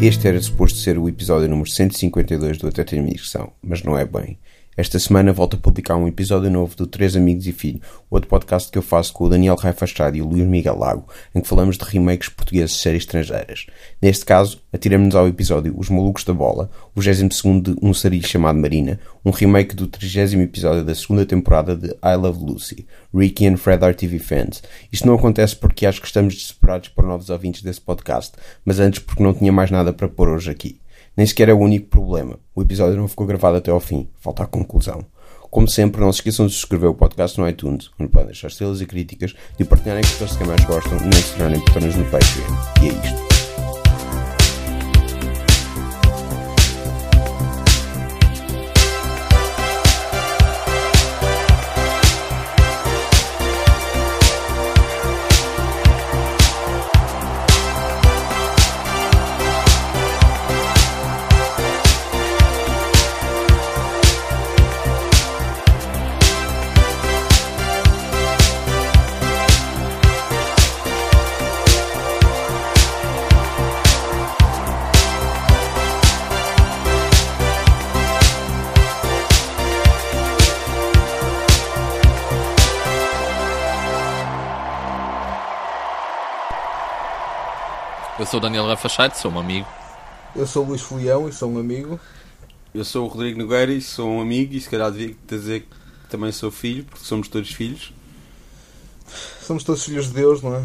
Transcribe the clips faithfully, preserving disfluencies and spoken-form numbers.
Este era suposto ser o episódio número cento e cinquenta e dois do Até Ter Missão, mas não é bem. Esta semana volto a publicar um episódio novo do Três Amigos e Filho, outro podcast que eu faço com o Daniel Raifachado e o Luís Miguel Lago, em que falamos de remakes portugueses de séries estrangeiras. Neste caso, atiramos-nos ao episódio Os Malucos da Bola, o vigésimo segundo de Um Sarilho Chamado Marina, um remake do trigésimo episódio da segunda temporada de I Love Lucy, Ricky and Fred are T V fans. Isto não acontece porque acho que estamos desesperados por novos ouvintes desse podcast, mas antes porque não tinha mais nada para pôr hoje aqui. Nem sequer é o único problema. O episódio não ficou gravado até ao fim. Falta a conclusão. Como sempre, não se esqueçam de subscrever o podcast no iTunes, onde podem deixar estrelas e críticas, de partilharem com pessoas que mais gostam e nem se tornarem patronos no Patreon. E é isto. Eu sou o Daniel Raifachado, sou um amigo. Eu sou o Luís Folião e sou um amigo. Eu sou o Rodrigo Nogueira e sou um amigo, e se calhar devia dizer que também sou filho, porque somos todos filhos. Somos todos filhos de Deus, não é?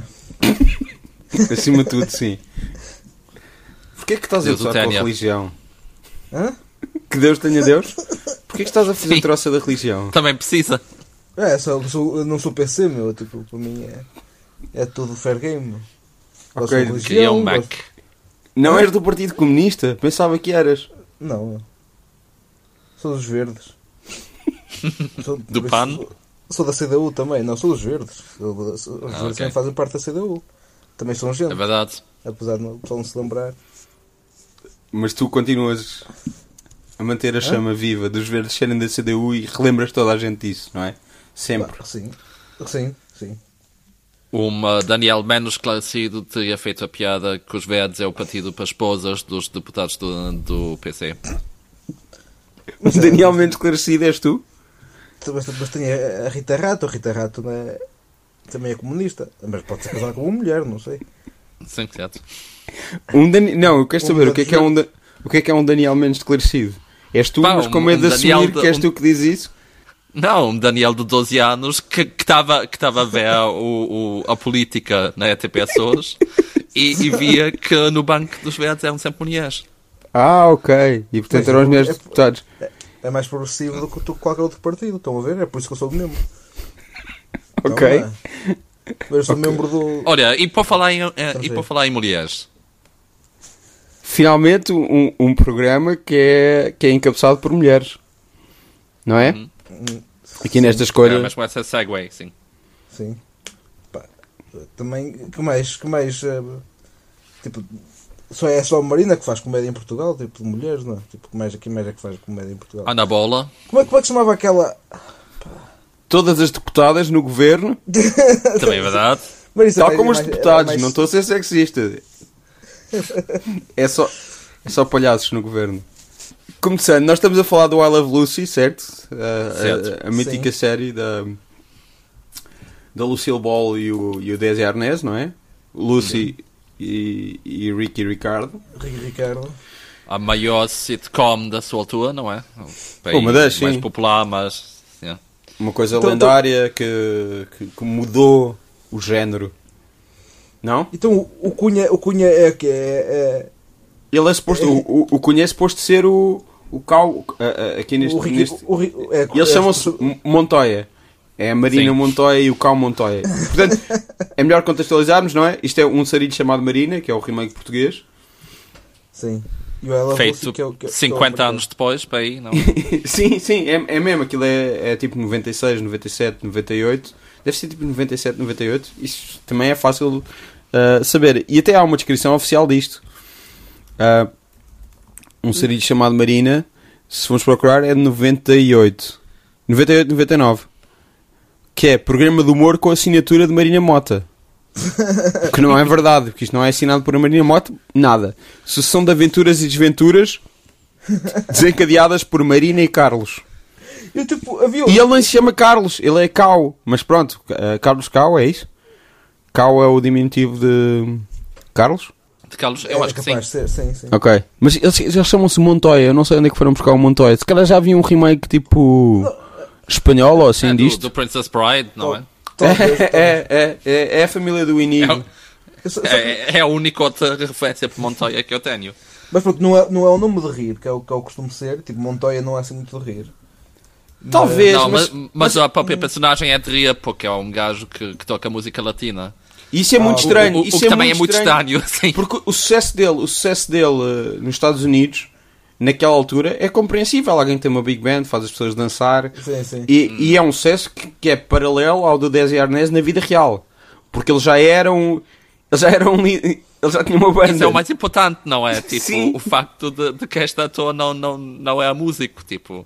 Acima de tudo, sim. Porquê é que estás Deus a usar a tua religião? Hã? Que Deus tenha Deus? Porquê é que estás a fazer Sim. troça da religião? Também precisa. É, sou, sou, eu não sou P C, meu. Tipo, para mim é, é tudo fair game, meu. Gosto Ok, de religião, Que é um Mac. gosto- Não és do Partido Comunista? Pensava que eras. Não, meu. Sou dos verdes. Sou, Do por PAN? isso- Sou da C D U também. Não, sou dos verdes. Sou, da- sou, os Ah, verdes ok. também fazem parte da C D U. Também são gente. É verdade. Apesar de não, o pessoal não se lembrar. Mas tu continuas a manter a chama viva dos verdes serem da C D U e relembras toda a gente disso, não é? Sempre. Ah, sim. Sim, sim. Um Daniel menos esclarecido teria feito a piada que os verdes é o partido para esposas dos deputados do, do P C. Mas, é, Daniel menos esclarecido és tu? Mas, mas tem a a Rita Rato. A Rita Rato não é, também é comunista. Mas pode ser casada com uma mulher, não sei. Sim, certo. Um Dani... Não, eu quero Um saber o que é que é um, Daniel- da- o que é que é um Daniel menos esclarecido. És tu, Pá, mas um- como é de um Daniel assumir de- que és um- tu que dizes isso? Não, um Daniel de doze anos que estava que estava a ver o, o- a política na E T P Açores e, e via que no banco dos verdes eram sempre mulheres. Ah, ok. E portanto Mas eram os eu- meus é- deputados. É mais progressivo do que tu- qualquer outro partido. Estão a ver? É por isso que eu sou membro. Ok. Então, é. Mas eu sou membro do. Olha, e para falar em, eh, e para falar em mulheres, Finalmente um, um programa que é, que é encabeçado por mulheres. Não é? Uhum. Aqui nesta é, escolha. mas com essa segue, sim. Sim. Pá, também. Que mais? Que mais. eh, Tipo. Só é só a Marina que faz comédia em Portugal, tipo de mulheres, não é? Tipo, que mais, que mais é que faz comédia em Portugal? Anda a bola. Como é, como é que se chamava aquela. Todas as deputadas no governo, Também é verdade. Marisa tal Pérez como é os mais- deputados, é mais- não estou a ser sexista. É só, é só palhaços no governo. Começando, nós estamos a falar do I Love Lucy, certo? A, a- Certo. a, mítica Sim. série da, da Lucille Ball e o, e o Desi Arnaz, não é? Lucy e, e Ricky Ricardo. Ricky Ricardo. A maior sitcom da sua altura, não é? Bem, Uma das, mais sim. popular, mas... sim. Uma coisa Então, lendária que, que, que mudou o género. Não? Então o, o Cunha, o Cunha é o que é, Ele é suposto, o, o, o Cunha é suposto ser o, o Cal, a- a- aqui é neste, o Ricky, neste o, Ri- é, eles é- chamam-se M- Montoya. É a Marina Sim. Montoya e o Cal Montoya. Portanto, é melhor contextualizarmos, não é? Isto é um sarilho chamado Marina, que é o remake português. Sim. E o I Love Lucy, Feito que é o- que é- que é o cinquenta americano. anos depois, para aí, não? Sim, sim, é, é mesmo. Aquilo é, é tipo noventa e seis, noventa e sete, noventa e oito. Deve ser tipo noventa e sete, noventa e oito. Isso também é fácil uh, saber. E até há uma descrição oficial disto. Uh, um sarilho chamado Marina, se formos procurar, é de noventa e oito. noventa e oito, noventa e nove. Que é programa de humor com assinatura de Marina Mota. Que não é verdade, porque isto não é assinado por a Marina Mota, nada. Sucessão de aventuras e desventuras desencadeadas por Marina e Carlos. Eu, tipo, havia... E ele nem se chama Carlos, ele é Cao. Mas pronto, uh, Carlos Cao, é isso? Cao é o diminutivo de Carlos? De Carlos, eu é acho que sim. capaz de ser, sim, sim. Ok. Mas eles, eles chamam-se Montoya, eu não sei onde é que foram buscar o Montoya. Se calhar já havia um remake tipo espanhol ou assim É do, disto. do Princess Bride, não é? Talvez, É, talvez. é, é, é, é a família do Inigo. É, Eu só- só- é, é a única outra referência por Montoya que eu tenho. Mas pronto, não é, não é o nome de rir, que é o que eu costumo ser. Tipo, Montoya não é assim muito de rir. Talvez. Não, mas- mas, mas a própria personagem é de rir porque é um gajo que, que toca música latina. Isso é muito Ah, o- estranho. O, o isso que é também muito é muito estranho, sim. Porque o sucesso dele, o sucesso dele uh, nos Estados Unidos, naquela altura, é compreensível. Alguém tem uma big band, faz as pessoas dançar. Sim, sim. E, e é um sucesso que, que é paralelo ao do Desi Arnaz na vida real. Porque eles já eram... Eles já eram... li- Eles já tinham uma banda. Isso é o mais importante, não é? Tipo, Sim. o facto de, de que este ator não, não, não é músico. Tipo,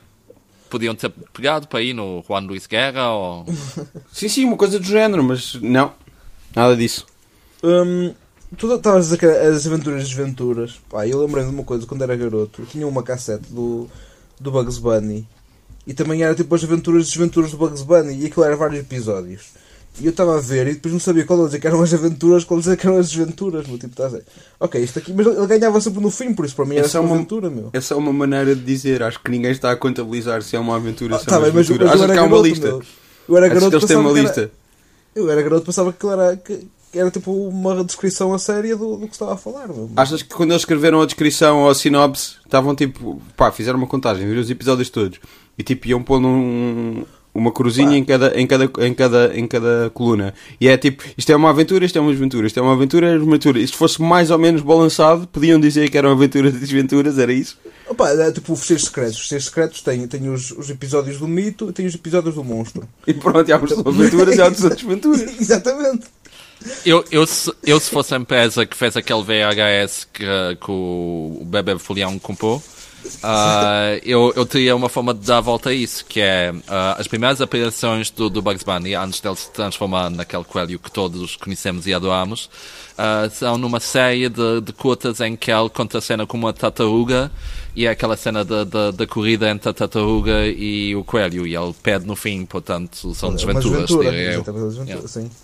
podiam ter pegado para ir no Juan Luis Guerra ou... Sim, sim, uma coisa do género, mas não. Nada disso. Hum, tu estavas a dizer que as aventuras e desventuras. Pá, eu lembrei-me de uma coisa quando era garoto. Eu tinha uma cassete do, do Bugs Bunny. E também era tipo as aventuras e desventuras do Bugs Bunny. E aquilo era vários episódios. E eu estava a ver e depois não sabia qual dizer que eram as aventuras, qual dizer que eram as desventuras. Meu, tipo, estás a dizer, ok, isto aqui. Mas ele ganhava sempre no fim, por isso para mim era Essa é sempre uma- aventura, meu. Essa é uma maneira de dizer. Acho que ninguém está a contabilizar se é uma aventura ou Ah, se é tá uma bem, mas, mas aventura. eu Achas era que há uma garoto, lista? meu. Eu era Achas que garoto, eles têm uma pensava que lista? era- Eu era garoto, pensava que aquilo era, que, que era tipo uma descrição a séria do, do que estava a falar. Meu. Achas que quando eles escreveram a descrição ou a sinopse, estavam tipo, pá, fizeram uma contagem, viram os episódios todos e tipo iam pôr um, uma cruzinha em cada, em, cada, em, cada, em cada coluna. E é tipo, isto é uma aventura, isto é uma desventura, isto é uma aventura, é uma aventura. E se fosse mais ou menos balançado, podiam dizer que eram aventuras e desventuras, era isso? Opa, é tipo os fecheiros secretos. Os fecheiros secretos têm, têm os, os episódios do mito e têm os episódios do monstro. E pronto, e há umas são aventuras e há outras desventuras. Exatamente. Eu, eu, se, eu, se fosse a empresa que fez aquele V H S que, que o Bebé Folião comprou, uh, eu, eu teria uma forma de dar a volta a isso, que é uh, as primeiras aparições do, do Bugs Bunny, antes dele se transformar naquele coelho que todos conhecemos e adoramos, uh, são numa série de, de curtas em que ele conta a cena com uma tartaruga, e é aquela cena da, da, da corrida entre a tartaruga e o coelho, e ele pede no fim, portanto, são Uma desventuras, desventura, diria eu. exatamente, uma desventura, Yeah. sim.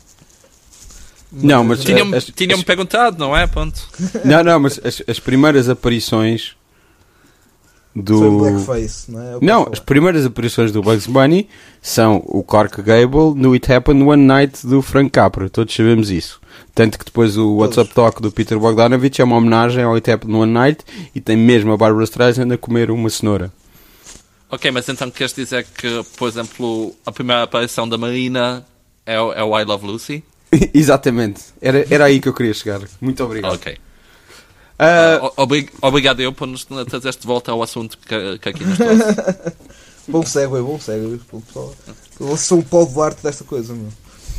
Não, mas Tinham-me as- tinham as- perguntado, não é? Ponto. Não, não, mas as, as primeiras aparições Foi do... blackface, não é? É o que Não, eu as falo. primeiras aparições do Bugs Bunny são o Clark Gable no It Happened One Night do Frank Capra, todos sabemos isso. Tanto que depois o What's Up Talk do Peter Bogdanovich é uma homenagem ao It Happened One Night e tem mesmo a Barbara Streisand a comer uma cenoura. Ok, mas então queres dizer que, por exemplo, a primeira aparição da Marina é, o- é o I Love Lucy? Exatamente, era, era aí que eu queria chegar. Muito obrigado. Ok. Ah, O- obri- obrigado eu por nos trazer de volta ao assunto que, que aqui nos trouxe. Bom segue, bom segue. Pessoal. Vocês são o Paulo Duarte desta coisa, meu.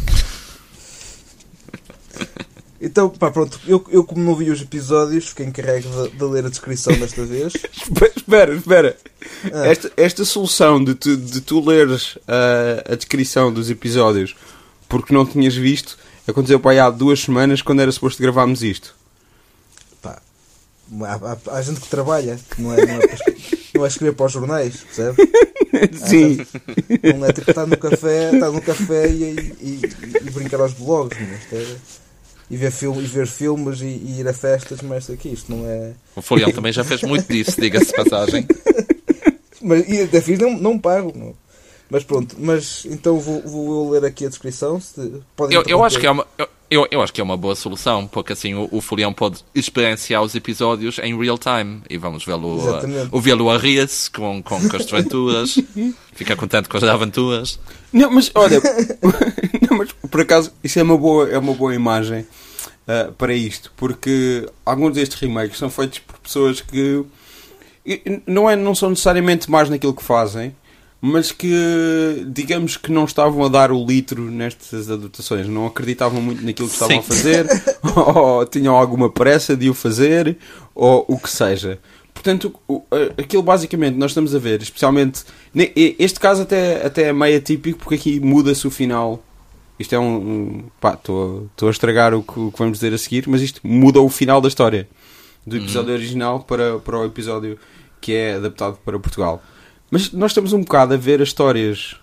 Então, pá, pronto. Eu, eu como não vi os episódios, fiquei encarregue de, de ler a descrição desta vez. espera, espera. Ah. Esta, esta solução de tu, de tu leres ah, a descrição dos episódios porque não tinhas visto aconteceu para aí há duas semanas quando era suposto gravarmos isto. Pá, há, há- há gente que trabalha, que não é, não é, para escrever, não é escrever para os jornais, percebe? Sim. Não é tipo estar no café, estar no café e, e, e, e brincar aos blogs, meu, isto é- e, ver film, e ver filmes e, e ir a festas, mas aqui isto não é. O Folião também já fez muito disso, diga-se de passagem. Mas e até fiz, não, não pago, meu. Mas pronto, mas então vou, vou ler aqui a descrição. Se, podem Eu, eu, acho interromper. que é uma, eu, eu, eu acho que é uma boa solução, porque assim o, o Folião pode experienciar os episódios em real time e vamos vê-lo a, Exatamente. ouvi-lo a rir-se com, com, com as aventuras, ficar contente com as aventuras. Não, mas olha, não, mas, por acaso isso é uma boa, é uma boa imagem ah, para isto, porque alguns destes remakes são feitos por pessoas que e, não, é, não são necessariamente mais naquilo que fazem, mas que digamos que não estavam a dar o litro nestas adaptações, não acreditavam muito naquilo que estavam Sim. a fazer, ou tinham alguma pressa de o fazer, ou o que seja. Portanto, o- a- aquilo basicamente nós estamos a ver, especialmente ne- e- este caso até, até é meio atípico porque aqui muda-se o final Isto é um... um pá, estou a estragar o que, o que vamos dizer a seguir, mas isto muda o final da história. Do episódio uhum. original para, para o episódio que é adaptado para Portugal. Mas nós estamos um bocado a ver as histórias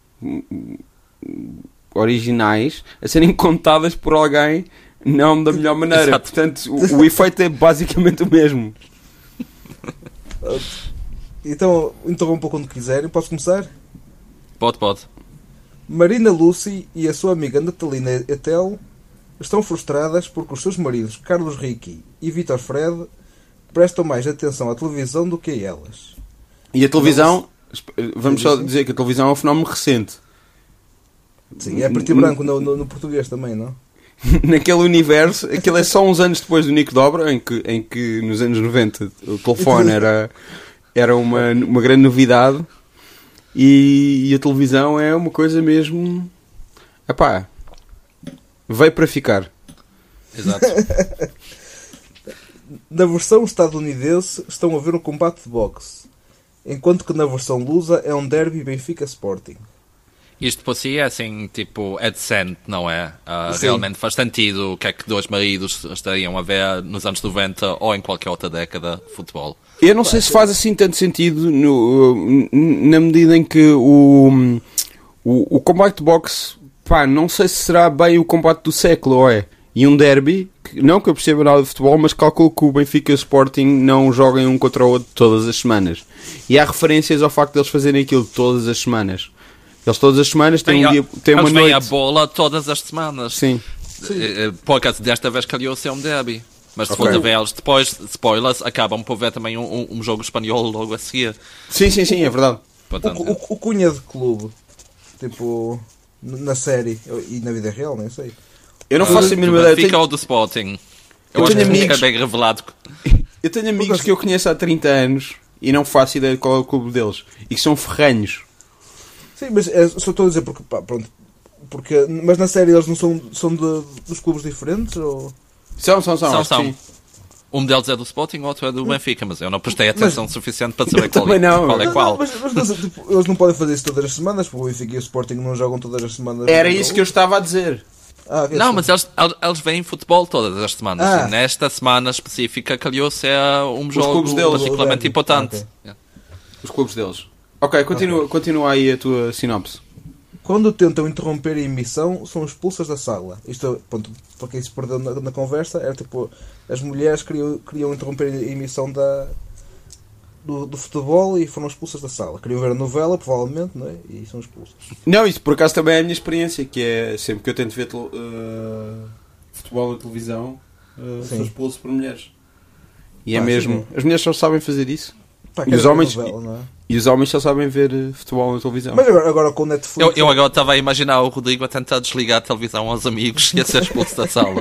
originais a serem contadas por alguém não da melhor maneira. Exato. Portanto, o, o efeito é basicamente o mesmo. Então, interrompam quando quiserem. Posso começar? Pode, pode. Marina Lucy e a sua amiga Natalina Etel estão frustradas porque os seus maridos Carlos Ricky e Vítor Fred prestam mais atenção à televisão do que a elas. E a televisão, vamos só dizer que a televisão é um fenómeno recente. Sim, é preto e branco no, no, no português também, não? Naquele universo, aquilo é só uns anos depois do Nick Dobra, em que, em que nos anos noventa o telefone era, era uma, uma grande novidade, e, e a televisão é uma coisa mesmo... Epá, veio para ficar. Exato. Na versão estadunidense estão a ver um combate de boxe, enquanto que na versão lusa é um derby Benfica Sporting. Isto por si é assim, tipo, é decente, não é? Uh, Sim. realmente faz sentido o que é que dois maridos estariam a ver nos anos noventa ou em qualquer outra década de futebol. Eu não sei se faz assim tanto sentido no, na medida em que o, o, o combate de boxe, pá, não sei se será bem o combate do século, ou é? E um derby, que, não que eu perceba nada de futebol, mas calculo que o Benfica e o Sporting não joguem um contra o outro todas as semanas. E há referências ao facto de eles fazerem aquilo todas as semanas. Eles todas as semanas têm um a, dia, têm uma eles noite. vêm a bola todas as semanas. Sim. Sim. Por acaso desta vez calhou ser um derby. Mas se Okay. for a ver eles depois, spoilers, acabam por ver também um, um, um jogo espanhol logo a seguir. Sim, sim, sim, é verdade. Portanto, O, o, o Cunha de clube, tipo, na série e na vida real, nem sei. Eu não uh, faço a mínima do ideia. Benfica Tenho- ou do Sporting? Eu Eu, acho tenho que amigos- fica bem revelado. Eu tenho amigos que eu conheço há trinta anos e não faço ideia de qual é o clube deles. E que são ferrenhos. Sim, mas é, só estou a dizer porque, pá, pronto. Porque, mas na série eles não são, são de, dos clubes diferentes? Ou... São, são, são. São, acho que são. sim. Um deles é do Sporting, o outro é do Benfica, mas eu não prestei atenção suficiente para saber Eu qual, também não. qual é Não, qual. não, mas, mas não sei, tipo, eles não podem fazer isso todas as semanas, porque o Benfica e o Sporting não jogam todas as semanas. Era isso que eu estava a dizer. Ah, ok, Não, sim. mas eles, eles, eles veem futebol todas as semanas. Ah. E nesta semana específica calhou-se a um jogo clubes deles. particularmente O derby. importante. Ok. Yeah. Os clubes deles. Ok, continua, Ok. continua aí a tua sinopse. Quando tentam interromper a emissão, são expulsas da sala. Isto, pronto, para quem se perdeu na, na conversa, era tipo, as mulheres queriam, queriam interromper a emissão da, do, do futebol e foram expulsas da sala. Queriam ver a novela, provavelmente, não é? E são expulsas. Não, isso por acaso também é a minha experiência, que é sempre que eu tento ver tel- uh, futebol na televisão, uh, Sim. sou expulso por mulheres. E é Ah, mesmo. sim. As mulheres só sabem fazer isso. Pá, E quero os ver a homens- novela, não é? E os homens só sabem ver uh, futebol na televisão. Mas agora, agora com o Netflix... Eu, eu agora estava a imaginar o Rodrigo a tentar desligar a televisão aos amigos e a ser expulso da sala.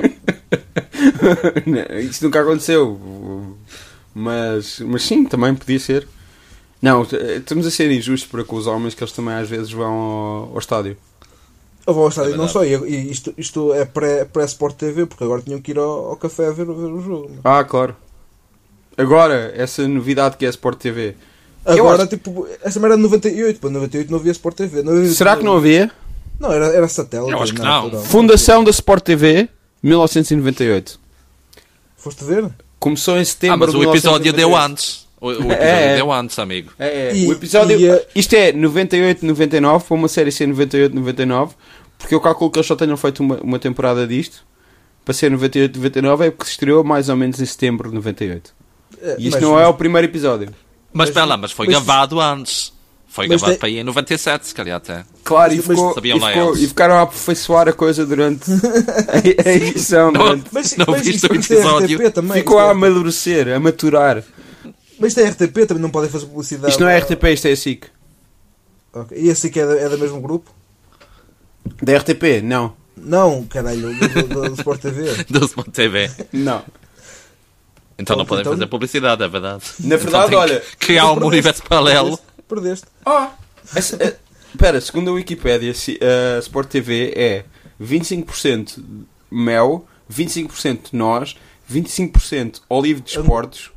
Não, isso nunca aconteceu. Mas, mas sim, também podia ser. Não, t- estamos a ser injustos para com os homens, que eles também às vezes vão ao, ao estádio. Eu vou ao estádio, É não só. E e isto, isto é pré- pré-Sport T V, porque agora tinham que ir ao, ao café a ver, ver o jogo. não é? Ah, claro. Agora, essa novidade que é a Sport T V. Eu Agora, acho- tipo, essa merda era noventa e oito, pô, noventa e oito não havia Sport T V. Não havia- Será que não havia? Não, era, era satélite. Eu acho que na não. altura. Fundação da Sport T V, mil novecentos e noventa e oito. Foste ver? Começou em Ah, setembro mas de o episódio deu mil novecentos e noventa e oito. antes. O, o episódio É, é. deu antes, amigo. É, é. E- o episódio... e, eh, Isto é noventa e oito, noventa e nove, para uma série ser noventa e oito, noventa e nove, porque eu calculo que eles só tenham feito uma, uma temporada disto, para ser noventa e oito, noventa e nove, é porque se estreou mais ou menos em setembro de noventa e oito. É, E isto mas- não é o primeiro episódio. Mas Mas- espera lá, mas foi mas- gravado antes. Foi mas gravado tem- para aí em noventa e sete, se calhar até. Claro, e, Mas- ficou, sabiam e, lá ficou- eles. e ficaram a aperfeiçoar a coisa durante a, a edição. Não, durante- Mas, Não mas viste isto, o isto é episódio? R T P também. ficou isto a é- amadurecer, a maturar. Mas isto é R T P, também não podem fazer publicidade. Isto não é R T P, isto é a SIC. Ok. E esse aqui é, da- é do mesmo grupo? Da R T P? Não. Não, caralho, do, do, do Sport T V. Do Sport T V. Não. Então não Então- podem então- fazer publicidade, é verdade. Na verdade, Então tem olha... que criar um Perdeste, universo paralelo. Perdeste. Ah! Essa- eh, Espera, segundo a Wikipédia, se- a Sport T V é vinte e cinco por cento Mel, vinte e cinco por cento nós, vinte e cinco por cento Olive de Esportes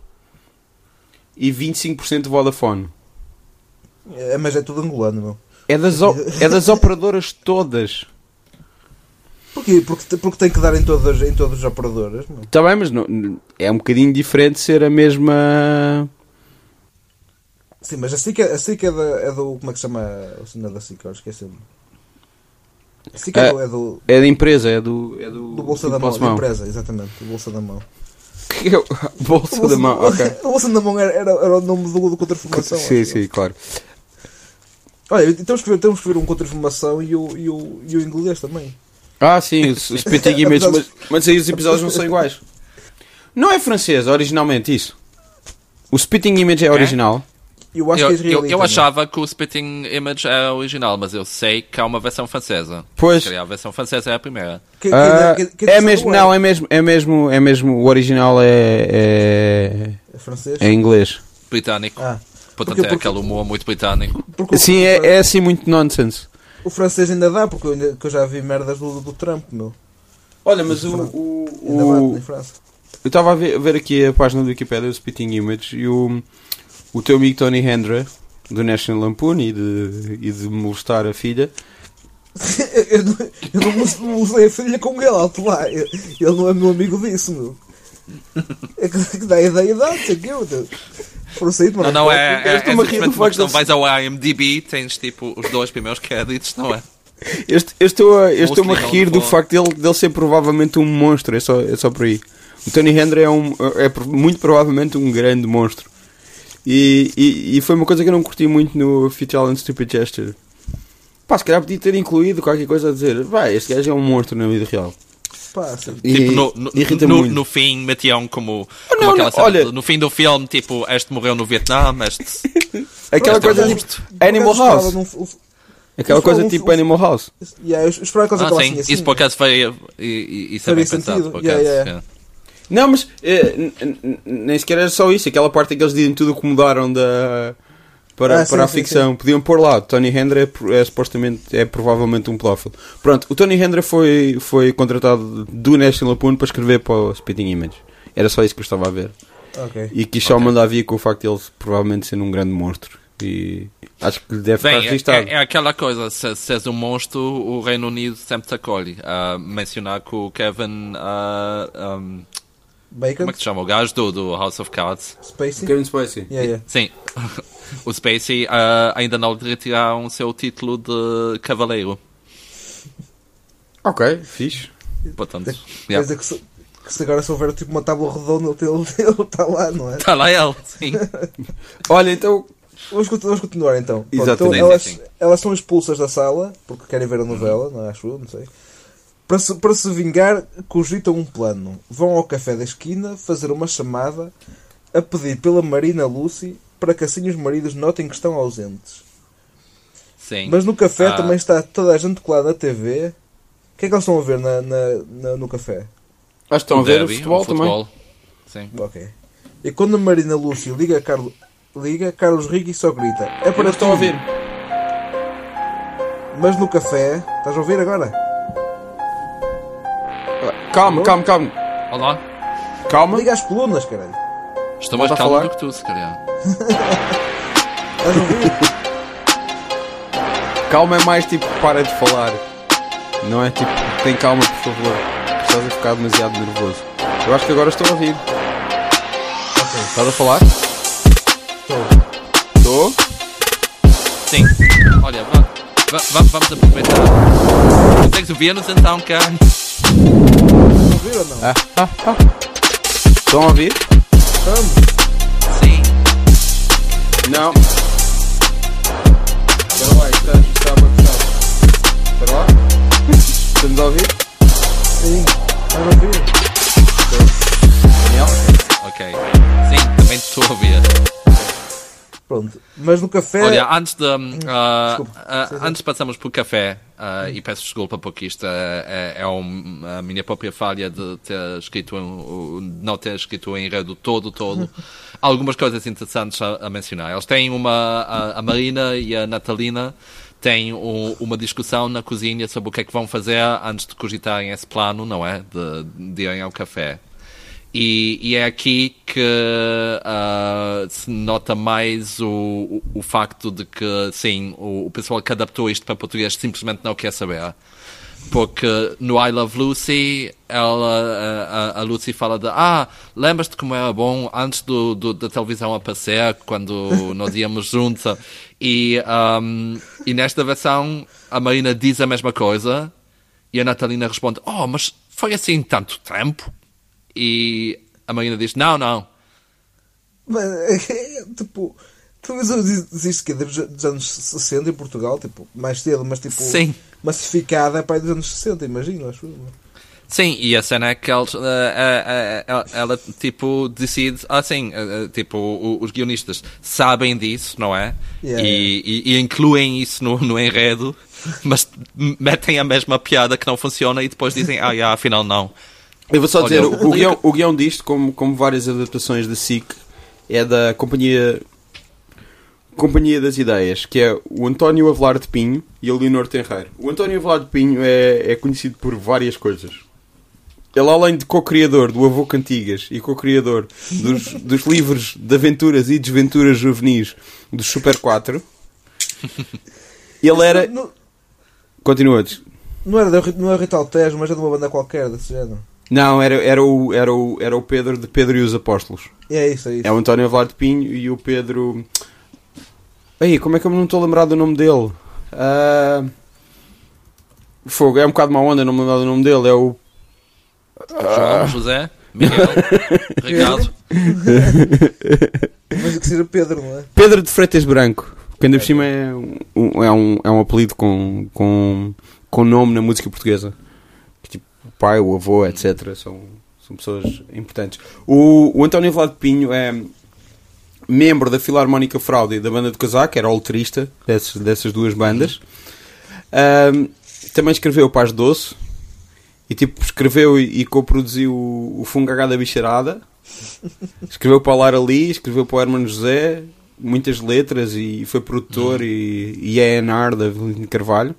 e vinte e cinco por cento Vodafone. É, mas é tudo angolano, meu. É das, o- é das operadoras todas. Porquê? Porque, porque tem que dar em todas, em todas as operadoras. Está bem, mas não, é um bocadinho diferente ser a mesma... Sim, mas a SIC, a SIC é, da, é do... Como é que se chama o sinal da SIC? Eu esqueci-me. A SIC é, É, do, é do... É da empresa, é do... É do, Do Bolsa do da Mão, Posse da empresa, exatamente. Do Bolsa da Mão. Que é o- Bolsa da Mão, ok. O Bolsa da Mão era, era, era o nome do, do Contra-Informação. Sim, acho. sim, claro. Olha, temos que ver, temos que ver um Contra-Informação e o, e, o, e o inglês também. Ah, sim, os, os Spitting Images, mas, mas aí os episódios não são iguais. Não é francês, originalmente, isso? O Spitting Image é original? Eu acho Eu, que é eu, israelita. eu não é? achava que o Spitting Image é original, mas eu sei que há uma versão francesa. Pois. Se calhar a versão francesa é a primeira. Que- que- Ah, que- que- que é do mesmo, ar. não, é mesmo, é mesmo, é mesmo, o original é, é, É francês? é em inglês. Britânico. Ah, Portanto, porque- é porque- aquele humor muito britânico. porque o- Sim, é, é assim muito nonsense. O francês ainda dá, porque eu, ainda, que eu já vi merdas do, do Trump, meu. Olha, mas o, Ainda o, bate em o França. eu estava a ver, a ver aqui a página do Wikipedia, o Spitting Image, e o, o teu amigo Tony Hendra, do National Lampoon, e de, e de molestar a filha. eu não, eu não us- não usei a filha com ele, alto lá. Ele ele não é meu amigo disso, meu. É que, que dá a ideia de não sei o que eu. Procedo, Não, mano. não, é, é, é estou-me a rir do simplesmente uma facto questão. de- Vais ao I M D B, tens tipo os dois primeiros créditos, não é? Eu, est- eu estou a, eu estou-me a Mostly rir known do for- facto dele, dele ser provavelmente um monstro, é só, é só por aí. O Tony Hendra é, um, é pro- muito provavelmente um grande monstro. E, e, e foi uma coisa que eu não curti muito no Futile and Stupid Gesture. Pá, se calhar podia ter incluído qualquer coisa a dizer, vai, este gajo é um monstro na vida real. Pá, sim. E Tipo, no, no, irrita no, muito. no fim metiam como, como não, aquela não, cena, olha- de- no fim do filme, tipo, este morreu no Vietnã, este... Aquela Este é um coisa monstro. tipo Animal Por acaso House. esperava num- o- Aquela eu coisa falo- tipo o- Animal House. Yeah, eu esperava que eles Ah, sim, acabassem assim. isso por acaso foi... e- e- Isso é Faria bem pensado, sentido. por Yeah, acaso. yeah. yeah. Não, mas eh, n- n- nem sequer era só isso. Aquela parte em que eles dizem tudo o que mudaram da, para, Ah, sim, para a sim, ficção. Podiam pôr lá. Tony Hendra é, pro- é supostamente, é provavelmente um pedófilo. Pronto, o Tony Hendra foi, foi contratado do National Lampoon para escrever para o Spitting Image. Era só isso que eu estava a ver. Ok. E que só Ok. mandava vir com o facto de ele provavelmente ser um grande monstro. E acho que lhe deve Bem, ficar é, registado. é, é aquela coisa, se, se és um monstro, o Reino Unido sempre te acolhe. Ah, mencionar que o Kevin... ah, um, Bacon? como é que se chama? O gajo do, do House of Cards. Spacey? Kevin Spacey. Yeah, yeah. Sim. O Spacey ah, ainda não lhe retiraram o seu título de cavaleiro. Ok, fixe. Portanto, Quer yeah. dizer que se, que se agora se houver tipo uma tábua redonda, ele ele está lá, não é? Está lá ele, sim. Olha, então... Vamos, continu- vamos continuar então. Pronto, Exatamente. então elas, Sim, sim. elas são expulsas da sala porque querem ver a novela, não é? Acho eu, não sei. Para se, para se vingar, cogitam um plano. Vão ao café da esquina fazer uma chamada a pedir pela Marina Lucy para que assim os maridos notem que estão ausentes. Sim. Mas no café Ah. também está toda a gente colada na T V. O que é que eles estão a ver na, na- na- no café? Acho que estão a ver o derby, futebol, também. Sim. Ok. E quando a Marina Lúcio liga a Carlos, liga, Carlos Rigui só grita: é para Eles estão a ti." ver. Mas no café, estás a ouvir agora? Calma, calma, calma. Olá. Calma. Liga as colunas, caralho. Estou mais Volta a calmo falar? do que tu, se calhar. Estás a ouvir? Calma é mais tipo, para de falar. Não é tipo, tem calma, por favor. Estás a ficar demasiado nervoso. Eu acho que agora estou a ouvir. Ok, Estás a falar? estou. Estou. Sim. Olha, va- va- va- vamos aproveitar. Consegues ouvir-nos então, cara? Estás a ouvir ou não? Ah, ah, ah. Estão a ouvir? Estamos. Sim. Não. Espera lá, isto está, isto está abafado. Espera lá. Estamos a ouvir? Sim. Estás a ouvir? Daniel? Ok. Sim, também estou a ouvir. Pronto. Mas no café. Olha, antes de. hum, ah, Desculpa. ah, Sim, sim. antes passamos por café, ah, e peço desculpa porque isto é, é, é um- a minha própria falha de ter escrito um- um- não ter escrito o enredo todo, todo. Algumas coisas interessantes a, a mencionar. Eles têm uma. A, a Marina e a Natalina têm um- uma discussão na cozinha sobre o que é que vão fazer antes de cogitarem esse plano, não é? De, de irem ao café. E, e é aqui que ah, se nota mais o, o, o facto de que, sim, o, o pessoal que adaptou isto para português simplesmente não quer saber. Porque no I Love Lucy, ela, a, a Lucy fala de ah, lembras-te como era bom antes do, do, da televisão aparecer, quando nós íamos juntos. E, um, e nesta versão, a Marina diz a mesma coisa e a Natalina responde, oh, mas foi assim tanto tempo? E a Marina diz, não, não. Mas, tipo, televisão existe que é dos anos sessenta em Portugal, tipo, mais cedo, mas tipo... Sim. Massificada é para aí dos anos sessenta, imagino, acho eu. Sim, e a cena é que ela, ela, ela tipo, decide, assim, tipo, os guionistas sabem disso, não é? Yeah, e, e, e incluem isso no, no enredo, mas metem a mesma piada que não funciona e depois dizem, ah, yeah, afinal não. Eu vou só Olha, dizer, eu- o, guião, o guião disto, como, como várias adaptações da S I C, é da Companhia Companhia das Ideias, que é o António Avelar de Pinho e a Leonor Tenreiro. O António Avelar de Pinho é, é conhecido por várias coisas. Ele, além de co-criador do Avô Cantigas e co-criador dos, dos livros de aventuras e desventuras juvenis dos Super quatro, ele era... Não, Continua. não era da não era Rita Altejo, mas era de uma banda qualquer desse género. Não, era, era, o, era, o, era o Pedro de Pedro e os Apóstolos. É isso, é isso. É o António Avelar de Pinho e o Pedro... Aí, como é que eu não estou a lembrar do nome dele? Ah, Fogo, é um bocado má onda não me lembrar do nome dele. É o... João, José, Miguel, Ricardo. Mas que seja Pedro, não é? Pedro de Freitas Branco. Que ainda por cima é um, é um, é um apelido com, com, com nome na música portuguesa. Tipo, o pai, o avô, etcétera. São, são pessoas importantes. O, o António Avelar de Pinho é... membro da Filarmónica Fraude e da banda do Casaco, era o letrista dessas, dessas duas bandas. Um, também escreveu Paz Doce e tipo, escreveu e, e co-produziu o, o Fungagá da Bicharada. Escreveu para o Lara Lee, escreveu para o Hermano José, muitas letras e foi produtor e, e é A and R da Valentim Carvalho.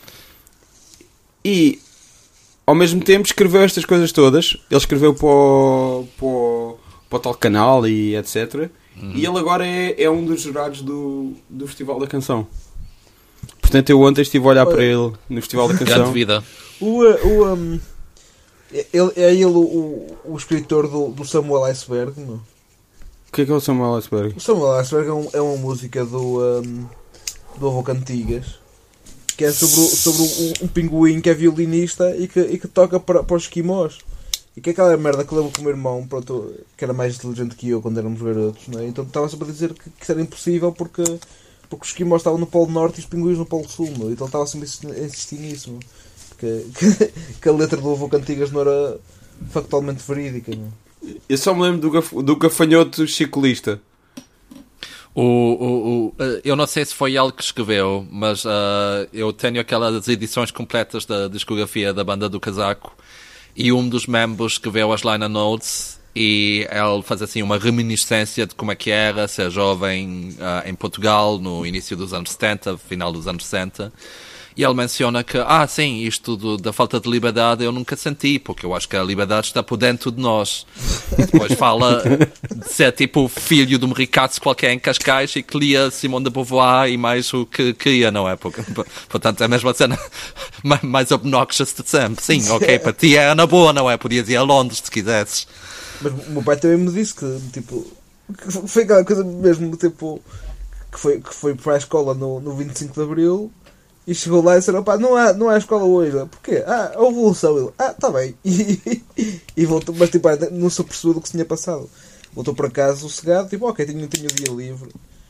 E ao mesmo tempo escreveu estas coisas todas. Ele escreveu para o, para o, para o tal canal e etcétera. Uhum. E ele agora é, é um dos jurados do, do Festival da Canção. Portanto, eu ontem estive a olhar Olha. para ele no Festival da Grande Canção. vida. O, o, um, ele, é ele o, o, o escritor do, do Samuel Iceberg, não? O que é que é o Samuel Iceberg? O Samuel Iceberg é, um, é uma música do, um, do Avô Cantigas, que é sobre, o- sobre um, um pinguim que é violinista e que, e que toca para, para os esquimós. E que é aquela merda que eu lembro com o meu irmão, pronto, que era mais inteligente que eu quando éramos garotos, não é? Então estava sempre a dizer que, que isso era impossível porque, porque os esquimós estavam no Polo Norte e os pinguins no Polo Sul, não é? Então estava sempre a insistir nisso, não é? que, que, que a letra do Avô Cantigas não era factualmente verídica, não é? Eu só me lembro do, gaf, do gafanhoto chicolista. O, o, o, eh, eu não sei se foi ele que escreveu, mas eh, eu tenho aquelas edições completas da discografia da banda do Casaco e um dos membros escreveu as liner notes e ele faz assim uma reminiscência de como é que era ser jovem eh, em Portugal no início dos anos setenta, final dos anos sessenta. E ele menciona que, ah, sim, isto do, da falta de liberdade eu nunca senti, porque eu acho que a liberdade está por dentro de nós. E depois fala de ser tipo filho de um ricaço qualquer em Cascais e que lia Simone de Beauvoir e mais o que queria, não é? Porque, portanto, é a mesma cena mais, mais obnoxious de sempre. Sim, ok, para ti era na boa, não é? Podias ir a Londres se quisesses. Mas o meu pai também me disse que, tipo, que foi aquela coisa mesmo, tipo, que foi, que foi para a escola no, no vinte e cinco de Abril e chegou lá e disse, pá, não há, não há escola hoje. Porquê? Ah, a revolução. Ele, ah, está bem. E, e voltou, mas tipo, não se apercebeu do que se tinha passado. Voltou para casa sossegado, tipo, ok, tenho, tenho o dia livre.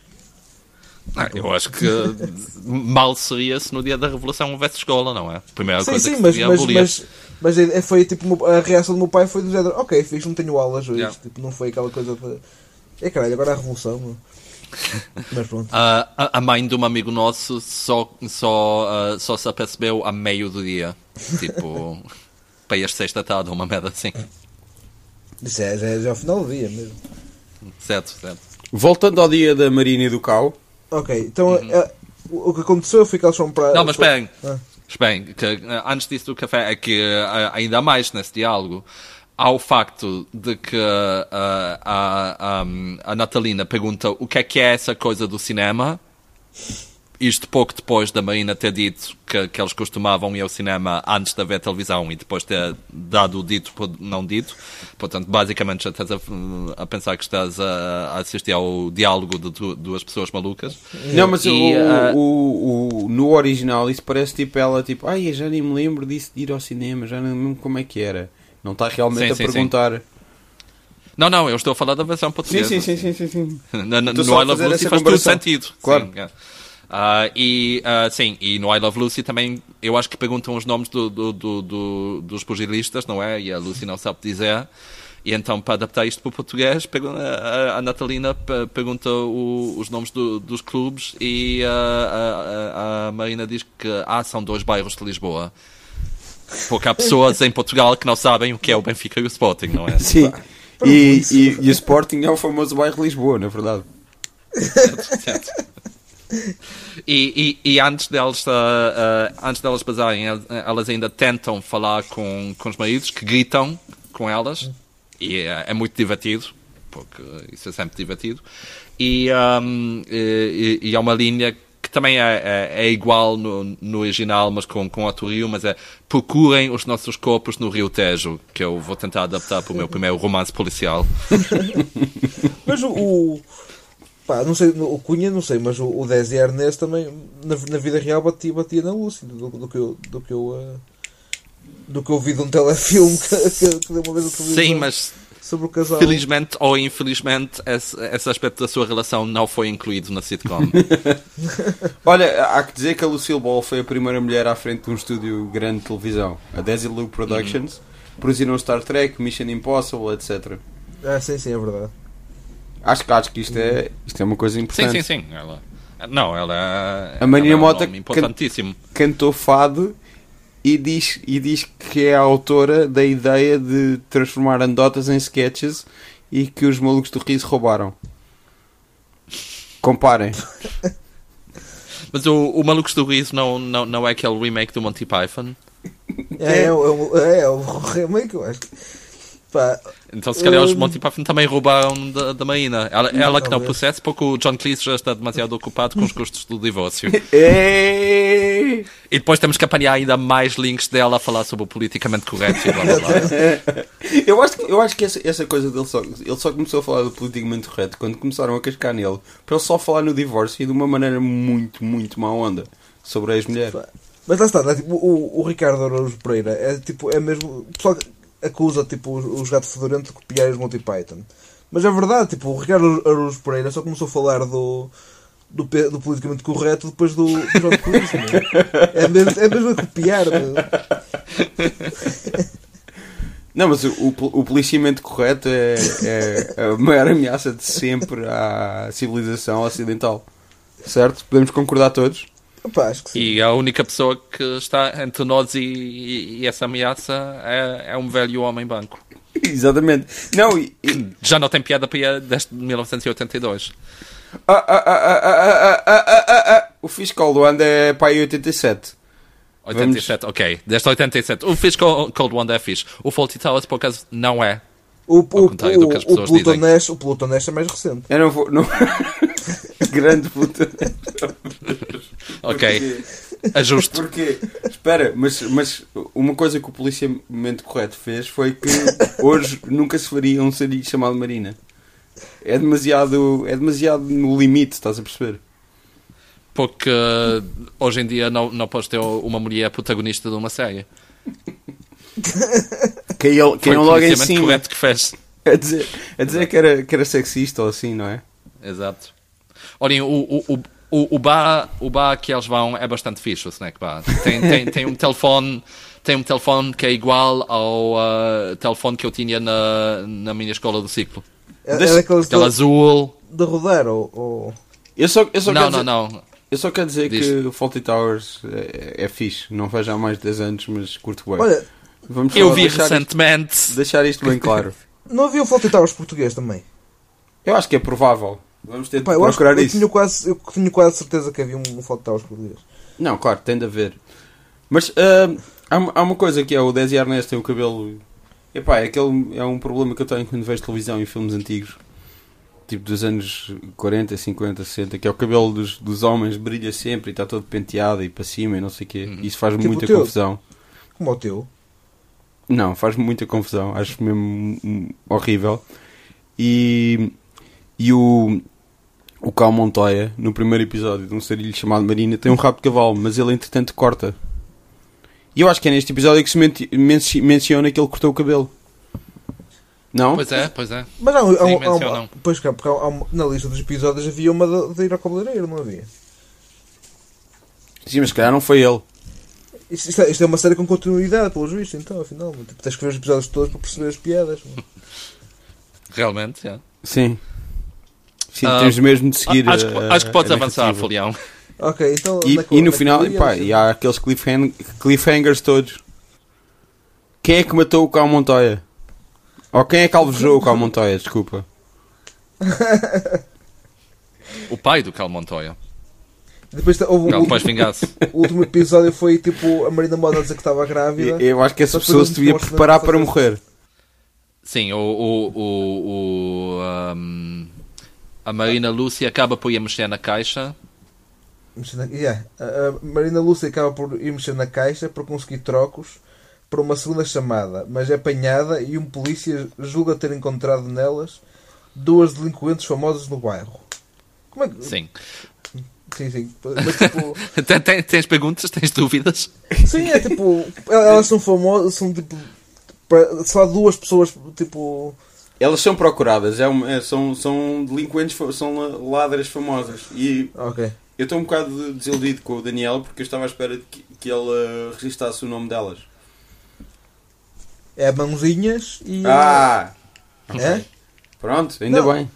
Ah, eu acho que mal seria se no dia da Revolução houvesse escola, não é? A primeira Sim, coisa sim, que mas, seria mas, abolir. mas, mas é- foi tipo, a reação do meu pai foi do género, ok, fiz, não tenho aulas hoje. Yeah. Tipo, não foi aquela coisa de. É caralho, agora a revolução. Meu. Mas pronto. Uh, a, a mãe de um amigo nosso só, só, uh, só se apercebeu a meio do dia. Tipo, para ir às seis da tarde, uma merda assim. Isso é, já, é, já é o final do dia mesmo. Certo, certo. Voltando ao dia da Marina e do Cau. Ok, então eh, o o que aconteceu foi que eles foram para. Não, mas esperem. Ah. Esperem, que, uh, antes disso do café, é que uh, ainda mais nesse diálogo há o facto de que uh, a, a, a Natalina pergunta o que é que é essa coisa do cinema isto pouco depois da Marina ter dito que, que eles costumavam ir ao cinema antes de haver televisão e depois ter dado o dito por não dito. Portanto, basicamente já estás a, a pensar que estás a, a assistir ao diálogo de du, duas pessoas malucas. Não, mas e, o, uh, o, o, no original isso parece tipo ela, tipo, ai, eu já nem me lembro disso de ir ao cinema, já nem me lembro como é que era. Não está realmente sim, a sim, perguntar... Sim. Não, não, eu estou a falar da versão portuguesa. Sim, sim, sim, sim, sim. Na, na, no I Love Lucy faz todo sentido. Claro. Sim, é. uh, e, uh, sim, e no I Love Lucy também, eu acho que perguntam os nomes do, do, do, do, dos pugilistas, não é? E a Lucy não sabe dizer. E então, para adaptar isto para o português, a, a Natalina pergunta o, os nomes do, dos clubes e uh, a, a, a Marina diz que ah, são dois bairros de Lisboa. Porque há pessoas em Portugal que não sabem o que é o Benfica e o Sporting, não é? Sim. E, e, e o Sporting é o famoso bairro de Lisboa, na verdade. Certo, certo. E, e, e antes delas, uh, uh, antes delas basarem, elas ainda tentam falar com, com os maridos, que gritam com elas, e é, é muito divertido, porque isso é sempre divertido. E, um, e, e há uma linha que também é, é, é igual no, no original, mas com, com outro rio, mas é procurem os nossos corpos no Rio Tejo, que eu vou tentar adaptar para o meu primeiro romance policial. Mas o, o pá, não sei, o Cunha não sei, mas o, o Desi Arnaz também na, na vida real batia, batia na Lucy, do, do que eu do que eu uh, do que eu vi de um telefilme que, que, que deu uma vez a televisão. Sim, mas sobre o casal. Felizmente ou infelizmente, esse, esse aspecto da sua relação não foi incluído na sitcom. Olha, há que dizer que a Lucille Ball foi a primeira mulher à frente de um estúdio grande de televisão. A Desilu Productions. Uhum. Produziram Star Trek, Mission Impossible, etcétera. Ah, sim, sim, é verdade. Acho, acho que isto é, isto é uma coisa importante. Sim, sim, sim. Ela, não, ela, a Marina ela é um Mota nome importantíssimo. Can, cantou fado e diz, e diz que é a autora da ideia de transformar anedotas em sketches e que os malucos do riso roubaram. Comparem. Mas o, o Malucos do Riso não, não, não é aquele remake do Monty Python? É, é, é, é, é o remake, eu acho. Pá, então, se calhar, um... os Monty Python também roubaram da, da Marina. Ela, ela que não processa, porque o John Cleese já está demasiado ocupado com os custos do divórcio. E depois temos que apanhar ainda mais links dela a falar sobre o politicamente correto e blá blá blá. eu acho que, eu acho que essa, essa coisa dele só, ele só começou a falar do politicamente correto quando começaram a cascar nele, para ele só falar no divórcio e de uma maneira muito, muito má onda sobre a ex-mulher. Mas lá está, né? Tipo, o, o Ricardo Araújo Pereira é tipo, é mesmo. O pessoal acusa tipo, os, os gatos fedorentos de copiar os Monty Python. Mas é verdade, tipo, o Ricardo Araújo Pereira só começou a falar do, do, do politicamente correto depois do, do John Cleese. É mesmo, é mesmo a copiar. Mesmo. Não, mas o, o, o policiamento correto é, é a maior ameaça de sempre à civilização ocidental. Certo? Podemos concordar todos? Opa, acho que sim. E a única pessoa que está entre nós e, e, e essa ameaça é, é um velho homem branco. Exatamente. Não, e, e... Já não tem piada para ir desde mil novecentos e oitenta e dois. Ah, ah, ah, ah, ah, ah, ah, ah, ah. O Fiscal do Ano é para aí oitenta e sete. oitenta e sete, Vamos... ok. Desde oitenta e sete. O Fiscal Cold One é fixe. O Fawlty Towers, por acaso, não é. O, Ao o, contrário do que as pessoas o Pluton dizem. Nash, o Pluton Nash é mais recente. Eu não vou... Não... Grande Pluton Ok. Ajuste. Porquê? Espera, mas, mas uma coisa que o policiamento correto fez foi que hoje nunca se faria um sarilho chamado Marina. É demasiado, é demasiado no limite, estás a perceber? Porque uh, hoje em dia não, não podes ter uma mulher protagonista de uma série. Quem, ele, quem Foi o logo em policiamento cima correto que fez. a dizer, a dizer que, era, que era sexista ou assim, não é? Exato. Olhem, o, o, o, o, bar, o bar que eles vão é bastante fixe, o snack bar. Tem, tem, tem, um, telefone, tem um telefone que é igual ao uh, telefone que eu tinha na, na minha escola do ciclo. É, é daqueles Aquele de, azul. de rodar ou... ou... Eu só, eu só Não, quero não, dizer, não. Eu só quero dizer Diz. que o Fawlty Towers é, é fixe. Não faz há mais de dez anos, mas curto bem. Olha, Vamos Eu falar- vi deixar recentemente. Isto, deixar isto bem claro. não havia o Fawlty Towers português também? Eu acho que é provável. Vamos ter de Pá, eu acho que procurar eu isso. tinha, quase, eu tinha quase certeza que havia um Fawlty Towers português. Não, claro, tem de haver. Mas ah, há, há uma coisa que é o Desi Arnaz tem o cabelo. Epá, é, aquele, é um problema que eu tenho quando vejo televisão e filmes antigos. tipo dos anos quarenta, cinquenta, sessenta, que é o cabelo dos, dos homens, brilha sempre e está todo penteado e para cima e não sei o quê. Isso faz-me Tipo muita o teu. confusão. Como o teu. Não, faz-me muita confusão. Acho mesmo hum, horrível. E, e o, o Cal Montoya, no primeiro episódio de um sarilho chamado Marina, tem um rabo de cavalo, mas ele entretanto corta. E eu acho que é neste episódio que se men- men- menciona que ele cortou o cabelo. Não? Pois é, pois é. Mas há, há, Sim, há, há uma. mencionam. Pois cá, porque há, há uma- na lista dos episódios havia uma de, de ir ao cabeleireiro, não havia? Sim, mas se calhar não foi ele. Isto, isto, é, isto é uma série com continuidade, pelo juízo, então, afinal. Tipo, tens que ver os episódios todos para perceber as piadas. Realmente, é. Sim. Sim, Ah, temos mesmo de seguir. Acho, que- a- acho que podes a avançar, narrativa. Folião. Ok, então. E, onde é que- e onde no é que final, eu ia? pá, e há aqueles cliffhang- cliffhangers todos. Quem é que matou o Cal Montoya? Ou quem é que alvejou o Cal Montoya? Desculpa. O pai do Cal Montoya. Depois houve Não, o, depois vingasse. o último episódio foi tipo a Marina Moda a dizer que estava grávida. Eu, eu acho que essa Só pessoa depois se devia mostra- preparar para mostra- morrer. Sim, o, o, o, o, um, a Marina Lúcia acaba por ir mexer na caixa. Mexer na- yeah. A a Marina Lúcia acaba por ir mexer na caixa para conseguir trocos para uma segunda chamada, mas é apanhada e um polícia julga ter encontrado nelas duas delinquentes famosas no bairro. Como é que... Sim. Sim, sim. Mas, tipo... Tem- tem- Tens perguntas? Tens dúvidas? Sim, é tipo... Elas são famosas, são tipo... para- Só há duas pessoas, tipo... Elas são procuradas, é uma- é- são, são delinquentes, fa- são la- ladras famosas. E Ok. eu estou um bocado desiludido com o Daniel porque eu estava à espera de que, que ele eh, registasse o nome delas. É mãozinhas e... Ah! É? Pronto, ainda Não. bem.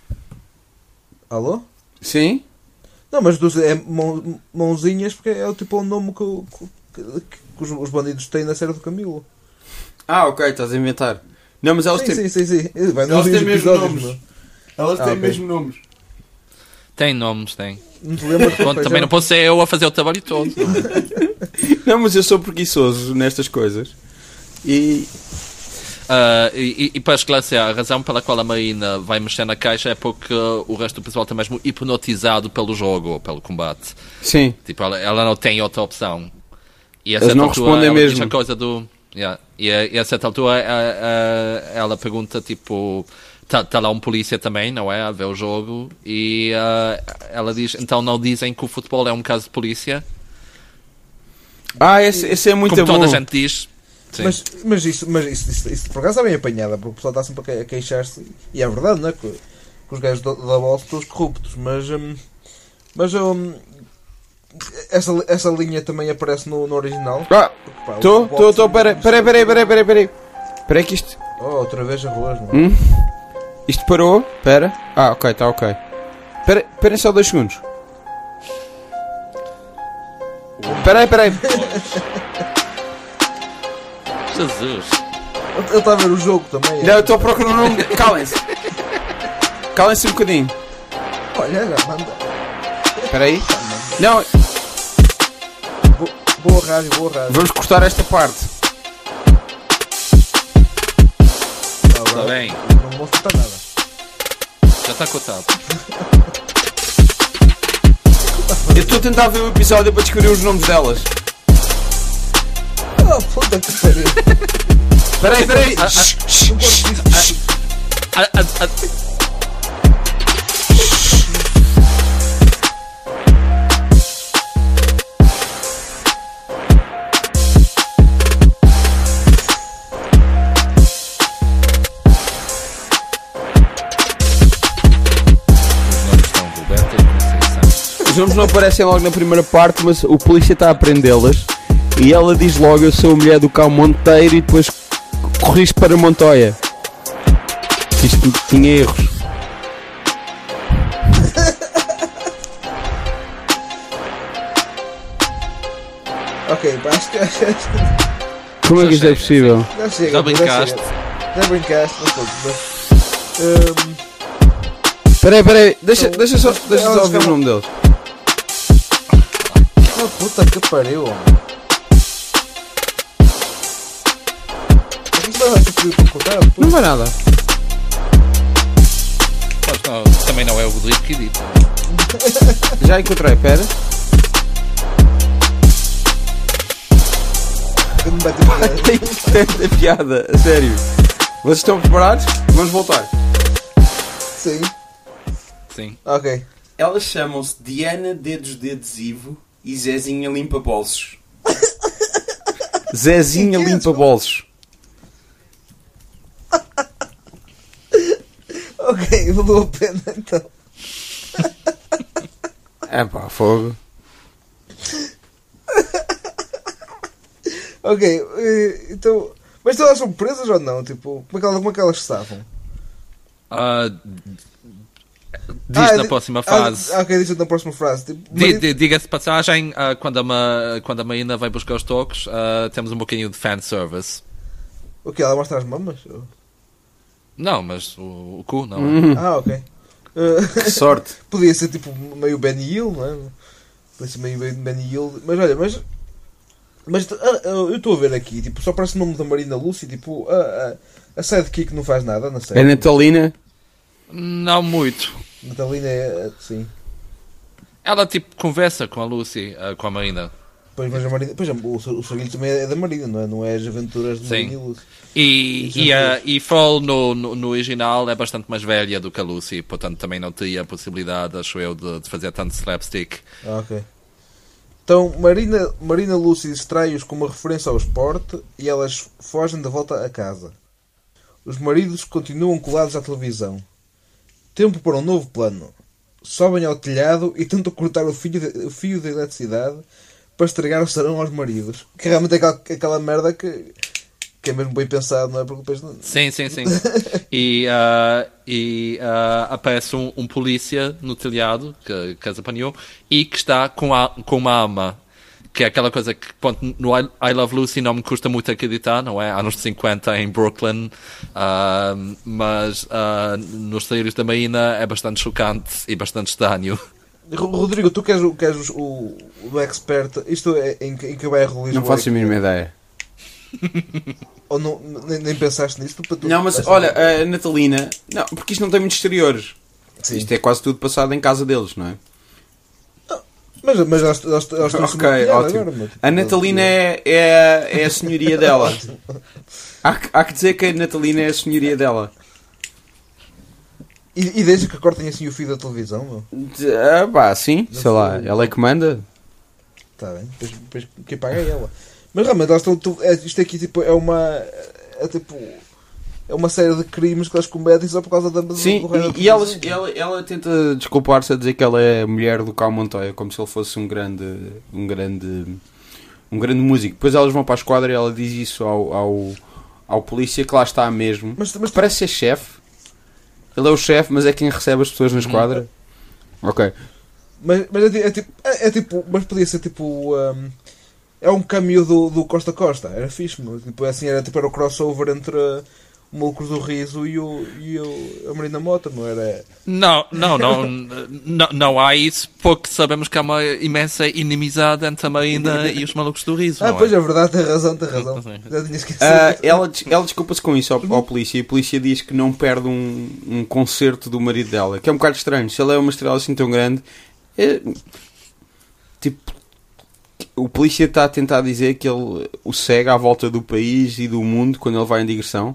Alô? Sim? Não, mas dos- é mão- mãozinhas porque é o tipo o nome que, o- que, que- que os, os bandidos têm na série do Camilo. Ah, ok, estás a inventar. Não, mas elas Sim, têm, sim, sim, sim. Vai elas nos têm mesmo episódios, nomes. meu. Elas Ah, têm ok. mesmo nomes. Tem nomes, tem. Não te lembras? Pronto, Pois também é. não posso ser eu a fazer o trabalho todo. Não, mas eu sou preguiçoso nestas coisas. E... Ah, e, e para esclarecer, a razão pela qual a Marina vai mexer na caixa é porque o resto do pessoal está mesmo hipnotizado pelo jogo, ou pelo combate. Sim. Tipo, ela, ela não tem outra opção. E a Eles certa não altura, respondem ela mesmo. diz a coisa do... Yeah. E, a, e a certa altura a- a- ela pergunta, tipo... Está tá lá um polícia também, não é? A ver o jogo. E ah, ela diz, então não dizem que o futebol é um caso de polícia? Ah, esse, esse é muito Como bom. toda a gente diz. Sim. Mas, mas, isso, mas isso, isso, isso por acaso está bem apanhada, porque o pessoal está sempre a que- a queixar-se, e é verdade, não é? Que, que os gajos da, da bola são todos corruptos, mas. hum, mas hum, essa, essa linha também aparece no, no original. Ah, Porque, pá, estou, o estou, boxe- estou, peraí, peraí, peraí, peraí, peraí, peraí. Espera que isto... Oh, outra vez arroz, não é? Hum? Isto parou, espera. Ah, ok, está ok. Espera, esperem só dois segundos. Espera aí, espera aí. Jesus. Ele está a ver o jogo também. é? Não, eu estou a procurar o nome. Calem-se. Calem-se um bocadinho. Olha, já manda. Espera aí. Não, Bo- Boa rádio, boa rádio. vamos cortar esta parte. Não, Está agora bem. Não vou soltar nada. Já está cortado. Eu estou a tentar ver o episódio para descobrir os nomes delas. Oh, puta que pariu. Espera aí, espera aí. Não gosto disso. Ah, ah, ah. Os nomes são Roberto e Conceição. Os nomes não aparecem logo na primeira parte, mas o polícia está a prendê-las. E ela diz logo: eu sou a mulher do Cal Monteiro. E depois corrige para Montoya. Isto tinha erros. Ok, pá, acho que acho que- Como é que isto é chega, possível? já chega. Já brincaste. chega. Já brincaste, não pronto, mas. hum, Espera aí, espera aí. Deixa, Então, deixa só, deixa só elas ouvir o ficam- nome deles. Oh, puta que pariu, homem. Isto vai ser pedir para cortar? Não vai nada. Podes Não, também não é o Rodrigo que edita. Já encontrei, pera. Tem tanta piada, a sério. Vocês estão preparados? Vamos voltar. Sim. Sim. Ok. Elas chamam-se Diana Dedos de Adesivo e Zezinha Limpa Bolsos. Zezinha Que que é Limpa isso? Bolsos. Ok, valeu a pena então. É pá, fogo. Ok, eh, então. Mas então elas são presas ou não? Tipo, como é que elas, como é que elas estavam? Ah, diz Ah, na di- próxima ah, frase. Ah, ok, diz na próxima frase. Tipo, Di- marido- di- Diga-se de passagem, ah, quando, a Ma, quando a Marina vai buscar os toques, ah, temos um bocadinho de fanservice. O que? Ela mostra as mamas? Não, mas o, o cu, não é? Ah, ok. Eh, Que sorte. podia ser tipo meio Benny Hill, não é? Podia ser meio Benny Hill. Mas olha, mas. Mas ah, ah, eu estou a ver aqui, tipo, só parece o nome da Marina Lucy, tipo, a, a, a sidekick não faz nada na série. É Natalina. Não muito. Natalina é. Sim. Ela tipo conversa com a Lucy, ah, com a Marina. Pois, mas a Marina. Pois, o, o Saguilho também é da Marina, não é? Não é as aventuras de Sim. Marina e Lucy. E, Sim, e, a, sim. e Frol no, no, no original é bastante mais velha do que a Lucy, portanto também não teria a possibilidade, acho eu, de, de fazer tanto slapstick. Ah, ok. Então, Marina, Marina Lucy distrai-os com uma referência ao esporte e elas fogem de volta a casa. Os maridos continuam colados à televisão. Tempo para um novo plano. Sobem ao telhado e tentam cortar o fio de, o fio de eletricidade para estragar o sarão aos maridos. Que realmente é aquela, aquela merda que, que é mesmo bem pensado, não é? Porque depois não... Sim, sim, sim. E, ah, e ah, aparece um, um polícia no telhado que, que as apanhou e que está com, a, com uma arma. Que é aquela coisa que, ponto, no I, I Love Lucy não me custa muito acreditar, não é? Anos cinquenta em Brooklyn, ah, mas ah, nos trailers da Marina é bastante chocante e bastante estranho. Ro- Rodrigo, tu queres, o- queres o, o expert. Isto é em, que- em que bairro Lisboa? Não faço a mínima ideia. Ou não, nem, nem pensaste nisto? Para tu- Não, mas para- olha, a Natalina. Não, porque isto não tem muitos exteriores. Sim. Isto é quase tudo passado em casa deles, não é? Mas, mas elas, elas, elas estão Ok, ótimo. agora, mas- A Natalina é, é, é a senhoria dela. Há, que- há que dizer que a Natalina é a senhoria dela. E, e deixa que cortem assim o fio da televisão, meu. De- Ah, pá, sim, sei lá. Ela é que manda. Está bem, depois, depois quem paga é ela. Mas realmente, elas estão, tu- é, isto aqui tipo, é uma. É tipo. É uma série de crimes que elas cometem só por causa da. do- Sim, do raio da e, e elas, televisão. ela, ela tenta desculpar-se a dizer que ela é a mulher do Cal Montoya, como se ele fosse um grande, um grande, um grande músico. Depois elas vão para a esquadra e ela diz isso ao, ao, ao polícia que lá está mesmo. Mas, mas Parece ser chefe. Ele é o chefe, mas é quem recebe as pessoas na esquadra. Ok. Mas, mas é, ti- é tipo, é, é tipo. Mas podia ser tipo. um, é um cameo do, do Costa Costa. Era fixe, meu. Tipo, assim, era, tipo, era o crossover entre uh, o Malucos do Riso e, o, e o, a Marina Mota, não era? Não, não, não, não, não há isso, porque sabemos que há uma imensa inimizade entre a Marina e os malucos do riso. Ah, não pois é? é verdade, tem razão, tem razão. Sim. Já tinha esquecido. Ah, ela, des- ela desculpa-se com isso ao, ao polícia e o polícia diz que não perde um, um concerto do marido dela, que é um bocado estranho. Se ela é uma estrela assim tão grande, é, tipo, o polícia está a tentar dizer que ele o segue à volta do país e do mundo quando ele vai em digressão.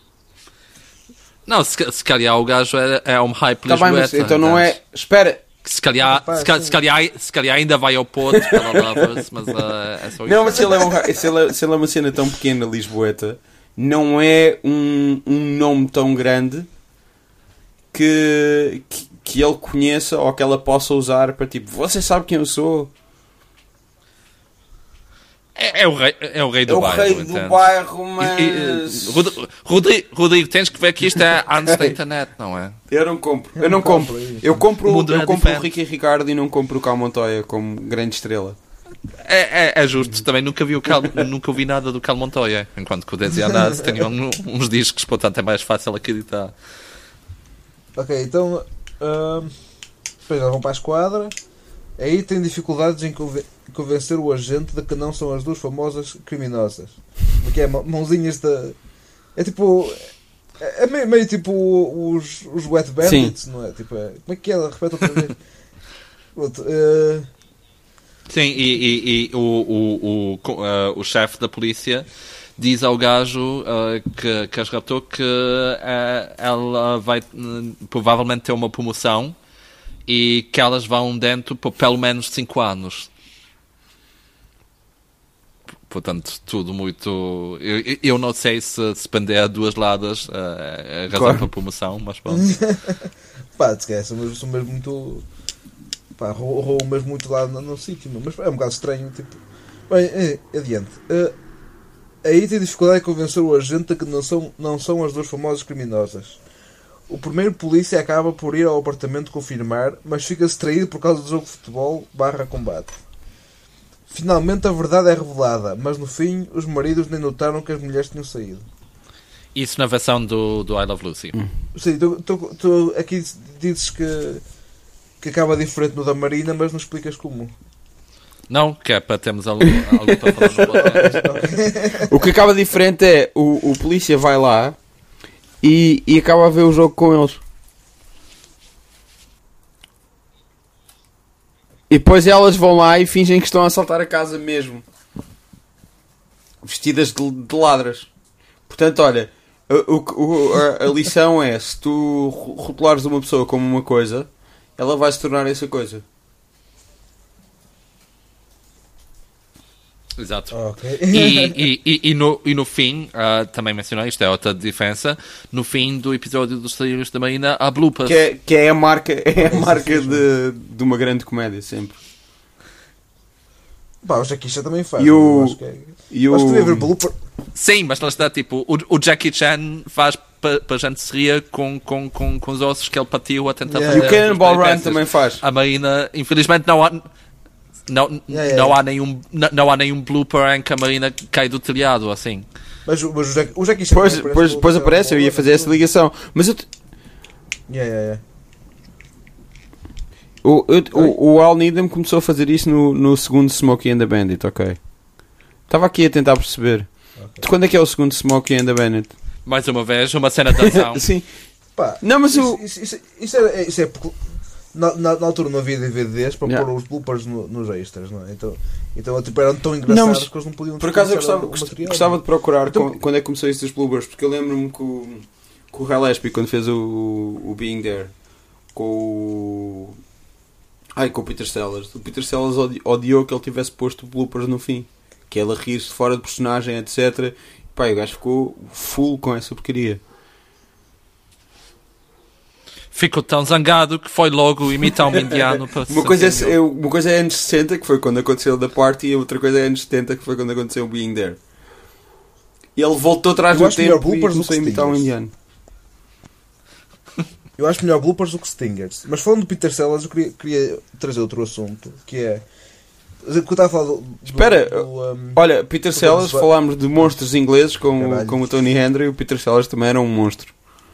Não, se, ca- se calhar o gajo é, é um hype Está bem, mas lisboeta, então não é. entendes? Espera! Se calhar, Rapaz, se, ca- sim. se, calhar, se calhar ainda vai ao Porto para Lovers, mas ah, é só isso. Não, mas se ele é, um, ra- se ele é, se ele é uma cena tão pequena, Lisboeta, não é um, um nome tão grande que, que, que ele conheça ou que ela possa usar para tipo, você sabe quem eu sou? É, é o rei, é o rei do É o bairro, rei do entendes? bairro, E- mas. e- Rodrigo, Rodrigo, Rodrigo, tens que ver que isto é antes da internet, não é? Eu não compro. Eu não compro. Eu compro, O mundo eu é compro o diferente. Ricky Ricardo e não compro o Cal Montoya como grande estrela. É, é, é justo, também nunca vi, o Cal, nunca ouvi nada do Cal Montoya, enquanto que o Desi Arnaz tinha um- uns discos, portanto é mais fácil acreditar. Ok, então. hum, depois elas vão para a esquadra. Aí tem dificuldades em conven- convencer o agente de que não são as duas famosas criminosas. Porque é mão- mãozinhas de. É tipo. É, é meio, meio tipo os, os Wet Bandits, sim. Não é? Tipo, é, como é que é? Repete outra vez. Pronto, uh... Sim, e, e, e o, o, o, uh, o chefe da polícia diz ao gajo uh, que, que as raptou que uh, ela vai uh, provavelmente ter uma promoção e que elas vão dentro por pelo menos cinco anos. Portanto, tudo muito... Eu, eu não sei se, se pender a duas ladas uh, a razão claro. Para promoção, mas pronto. Pá, esquece, mas são mesmo muito... Pá, roubam mesmo muito lá no, no sítio, mas é um bocado estranho, tipo... Bem, é, adiante. Uh, aí tem dificuldade em convencer o agente que não são, não são as duas famosas criminosas. O primeiro polícia acaba por ir ao apartamento confirmar, mas fica distraído por causa do jogo de futebol barra combate. Finalmente a verdade é revelada, mas no fim os maridos nem notaram que as mulheres tinham saído. Isso na versão do, do I Love Lucy. Hum. Sim, tu, tu, tu, aqui dizes que, que acaba diferente no da Marina, mas não explicas como. Não, que é para termos algo, algo para falar no podcast. O que acaba diferente é o, o polícia vai lá e, e acaba a ver o jogo com eles. E depois elas vão lá e fingem que estão a assaltar a casa mesmo. Vestidas de, de ladras. Portanto, olha, o, o, a, a lição é, se tu rotulares uma pessoa como uma coisa, ela vai se tornar essa coisa. Exato. Okay. E, e, e, e, no, e no fim, uh, também mencionei, isto é outra diferença, no fim do episódio dos Saíros da Marina há bloopers. Que é, que é a marca, é a marca de, de uma grande comédia, sempre. Pá, o Jackie Chan também faz. E o... Acho que, é... e o... acho que deve haver blooper. Sim, mas lá está, tipo, o, o Jackie Chan faz para pa a gente se rir com, com, com, com os ossos que ele partiu a tentar yeah. fazer. E o Cannonball Run também faz. A Marina, infelizmente, não há... Não, yeah, yeah, não, yeah. Há nenhum, não, não há nenhum blooper em que a Marina cai do telhado, assim. Mas, mas o Jackie, o Jackie Chan Pois, aparece, pois, pois aparece, eu ia fazer essa ligação. Mas eu... Te... Yeah, yeah, yeah. O, eu, o, o Al Needham começou a fazer isso no, no segundo Smokey and the Bandit, ok. Estava aqui a tentar perceber. Okay. De quando é que é o segundo Smokey and the Bandit? Mais uma vez, uma cena de ação. Sim. Pá, não, mas isso, o... isso, isso, isso, é, isso é porque na, na, na altura não havia D V Ds para yeah. pôr os bloopers no, nos extras, não é? Então, então tipo, eram tão engraçados não, que eles não podiam... Por acaso eu gostava, material, gostava de procurar então, com, quando é que começou isso dos bloopers, porque eu lembro-me que o, que o Gillespie, quando fez o, o Being There, com o... Ai, com o Peter Sellers. O Peter Sellers odi, odiou que ele tivesse posto bloopers no fim. Que ele a rir-se fora de personagem, etcétera. E pá, o gajo ficou full com essa porcaria. Ficou tão zangado que foi logo imitar um indiano para uma, coisa é, uma coisa é anos sessenta, que foi quando aconteceu The Party, e outra coisa é anos setenta, que foi quando aconteceu o Being There. E ele voltou atrás do tempo e começou a imitar um indiano. Eu acho melhor bloopers do que Stingers. Mas falando do Peter Sellers, eu queria, queria trazer outro assunto, que é... Que eu estava a falar do... do Espera, do, um, olha, Peter Sellers, do... falámos de monstros ingleses com, com o Tony Henry, e o Peter Sellers também era um monstro.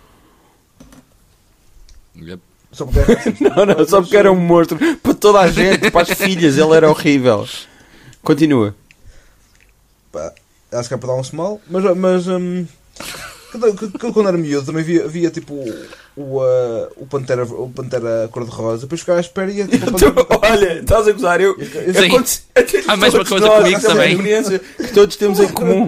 Yep. Só porque era, não, não, só porque era um monstro. Para toda a gente, para as filhas, ele era horrível. Continua. Pá, acho que é para dar um small, mas... mas um, quando era miúdo também via, via tipo o, uh, o Pantera, o Pantera cor-de-rosa, depois ficava à espera e ia tipo, Pantera... Olha, estás a gozar, eu, eu, eu, eu Sim, a mesma coisa nós, comigo também. Experiência que todos temos em comum.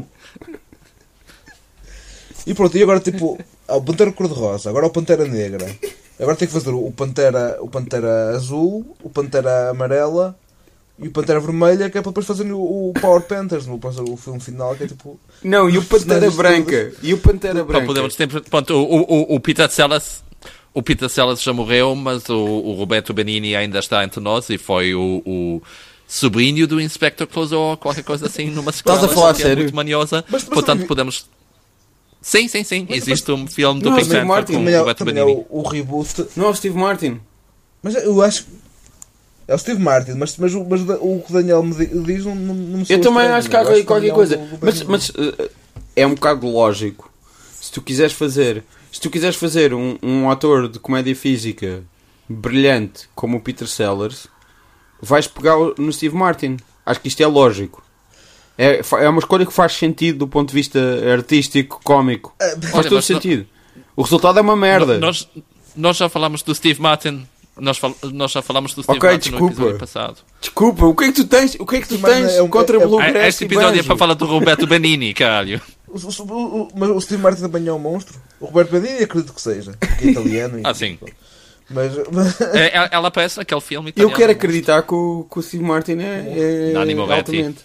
E pronto, e agora tipo o Pantera cor-de-rosa, agora o Pantera negra, agora tem que fazer o Pantera, o Pantera azul, o Pantera amarela e o Pantera Vermelha, que é para depois fazer o, o Power Panthers, no, o filme final, que é tipo... Não, e o Pantera Branca. E o Pantera Branca. Podemos ter, pronto, o, o, o Peter Sellers... O Peter Sellers já morreu, mas o, o Roberto Benigni ainda está entre nós e foi o, o sobrinho do Inspector Clouseau ou qualquer coisa assim numa sequela. Estás a falar que sério? É muito maniosa. Mas, mas Portanto, também... podemos... Sim, sim, sim. Mas, Existe mas... um filme do não, Pink Panther com o Roberto Benigni. É o, o reboot... Não, o Steve Martin. Mas eu acho... É o Steve Martin, mas, mas, mas o que o Daniel me diz não, não, não me Eu também acho que há acho qualquer coisa. Do, do mas mas uh, é um bocado lógico. Se tu quiseres fazer, se tu quiseres fazer um, um ator de comédia física brilhante como o Peter Sellers, vais pegar no Steve Martin. Acho que isto é lógico. É, é uma escolha que faz sentido do ponto de vista artístico, cómico. É, faz todo sentido. O resultado é uma merda. Nós, nós já falámos do Steve Martin. Nós, fal, nós já falámos do Steve Ok, Martin desculpa. no episódio passado. Desculpa, o que é que tu tens, o que é que tu Mas tens é um- contra é- é- Bluegrass Ah, Este e episódio é banjo? para falar do Roberto Benigni, caralho. O, o, o, mas o Steve Martin também é um monstro. O Roberto Benigni acredito que seja. Que é italiano. e- Ah, sim. Mas, mas É, ela- ela aparece naquele filme Eu italiano. quero acreditar que o, que o Steve Martin é, é Dani Moretti. altamente.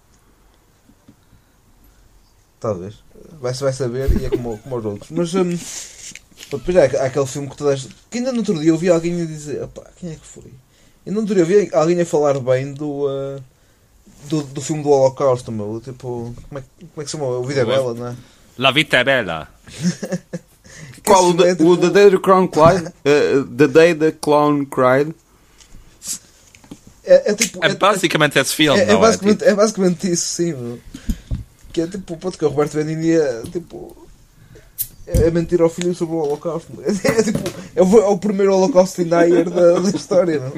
talvez. Vai, vai saber e é como, como os outros. Mas hum, depois há, há aquele filme que todas. Que ainda no outro dia eu vi alguém a dizer. Opá, quem é que foi? Ainda no outro dia eu vi alguém a falar bem do. Uh, do, do filme do Holocausto, meu. Tipo. Como é, que- como é que se chama? O Vida é Bela, não é? La Vita é Bella. Qual? O, Esse é, the, o tipo- The Day the Clown Cried? Uh, the Day the Clown Cried? É, é tipo. É basicamente esse filme, É, é, não basicamente, é? é basicamente isso, sim, meu. Que é tipo, pronto, que o Roberto Benigni é tipo. É mentir ao filho sobre o Holocausto. É, é tipo. É o, é o primeiro Holocausto denier da, da história, não?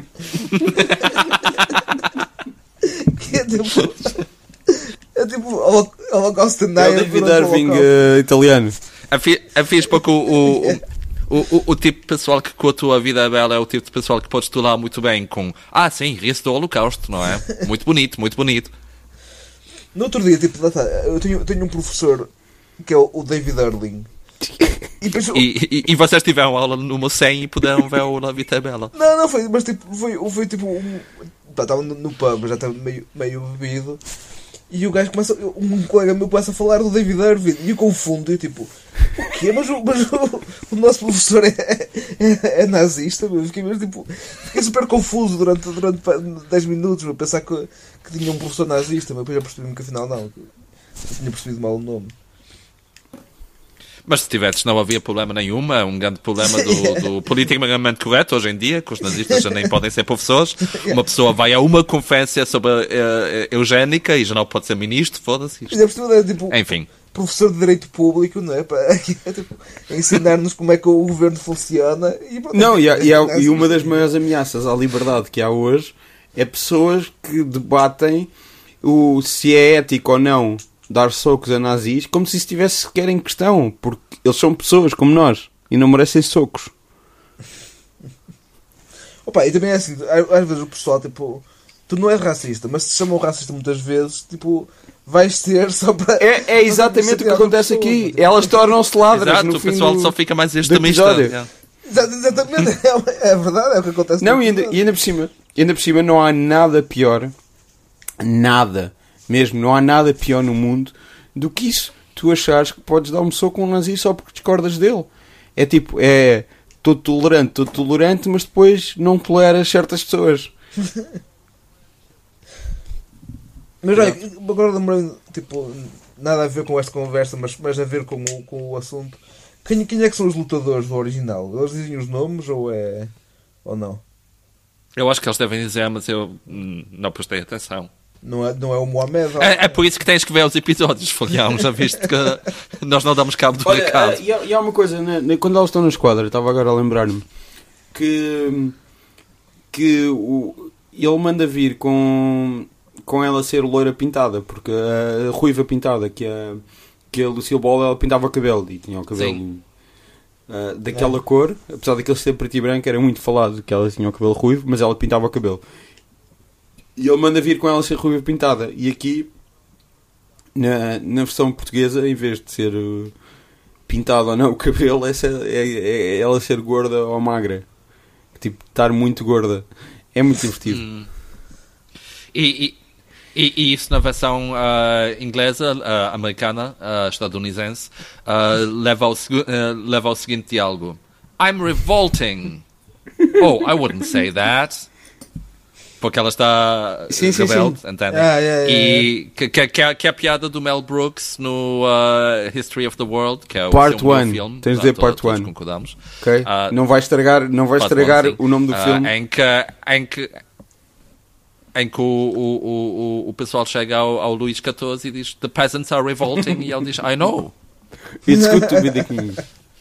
Que é tipo. É tipo Holo- Holocausto É o denier. David durante o Irving Holocausto. uh, italiano. A, fi, a fiz porque o, o, o, o, o tipo de pessoal que com a tua vida é bela é o tipo de pessoal que podes tular muito bem com ah, sim, ri-se do Holocausto, não é? Muito bonito, muito bonito. No outro dia, tipo, lá está, eu tenho, eu tenho um professor que é o, o David Erling. E depois, E, e, e vocês tiveram aula numa cem e puderam ver o La Vita é Bella. Não, não foi, mas tipo, foi, foi tipo um. Pá, estava no, no pub, já estava meio, meio bebido. E o gajo começa. Um colega meu começa a falar do David Irving. E eu confundo e tipo, o quê? Mas, o, mas o, o nosso professor é, é, é nazista, meu. Fiquei mesmo tipo. Fiquei super confuso durante, durante dez minutos, a pensar que, que tinha um professor nazista, mas depois já percebi-me que afinal não. Que eu tinha percebido mal o nome. Mas se tivesses, não havia problema nenhum. É um grande problema do, do politicamente correto hoje em dia, que os nazistas já nem podem ser professores. Uma pessoa vai a uma conferência sobre a, a, a eugénica e já não pode ser ministro, foda-se. Mas é percebido, é tipo. Enfim. Professor de Direito Público, não é? Pá, é tipo, ensinar-nos como é que o governo funciona. E, pronto, Não, e, há- e, há- é e uma das maiores ameaças à liberdade que há hoje é pessoas que debatem o, se é ético ou não dar socos a nazis como se isso estivesse sequer em questão, porque eles são pessoas como nós e não merecem socos. Opa, e também é assim, às vezes o pessoal, tipo, tu não és racista, mas se te chamam racista muitas vezes, tipo, vais ser só para. É, é exatamente o que acontece aqui. Elas tornam-se ladras Exato, no o fim pessoal do, só fica mais do extremista. episódio. Yeah. Exa- Exatamente, é, é verdade, é o que acontece. Não, no e ainda, episódio. e ainda por cima, e ainda por cima não há nada pior, nada, mesmo, não há nada pior no mundo do que isso. Tu achares que podes dar um soco a um nazi só porque discordas dele. É tipo, é todo tolerante, todo tolerante, mas depois não toleras certas pessoas. Mas olha, agora lembrei, tipo, nada a ver com esta conversa, mas, mas a ver com o, com o assunto. Quem, quem é que são os lutadores do original? Eles dizem os nomes ou é. ou não? Eu acho que eles devem dizer, mas eu hum, não prestei atenção. Não é, não é o Mohamed? É, é por isso que tens que ver os episódios, Folião. Já viste que nós não damos cabo do Olha, recado. ah, e, há, e há uma coisa, né, né, quando elas estão na esquadra, eu estava agora a lembrar-me que, que o, ele manda vir com, com ela ser loira pintada, porque a, ruiva pintada, que a, que a Lucille Ball, ela pintava o cabelo e tinha o cabelo uh, daquela É. cor, apesar daquele ser preto e branco, era muito falado que ela tinha o cabelo ruivo, mas ela pintava o cabelo. E ele manda vir com ela ser ruiva pintada. E aqui, na, na versão portuguesa, em vez de ser uh, pintado ou não o cabelo, é, ser- é, é ela ser gorda ou magra. Tipo, estar muito gorda. É muito divertido. Hum. E, e, e, e isso na versão ah, inglesa, ah, americana, ah, estadunidense, ah, leva, ao, segu- ah, leva ao seguinte diálogo: I'm revolting. Oh, I wouldn't say that. Porque ela está Sim, sim, rebelde, sim. entendem? Ah, yeah, yeah, E que, que, que, é, que é a piada do Mel Brooks no ah, History of the World, que é o Part seu melhor one. filme. Tens de Ah, dizer todos- part todos one. concordamos. Ok? Ah, não vai estragar, não vai Part estragar one, sim. o nome do Ah, filme. Em que, em que, em que o, o, o, o pessoal chega ao, ao Luís catorze e diz The peasants are revolting e ele diz I know. It's good to be the king.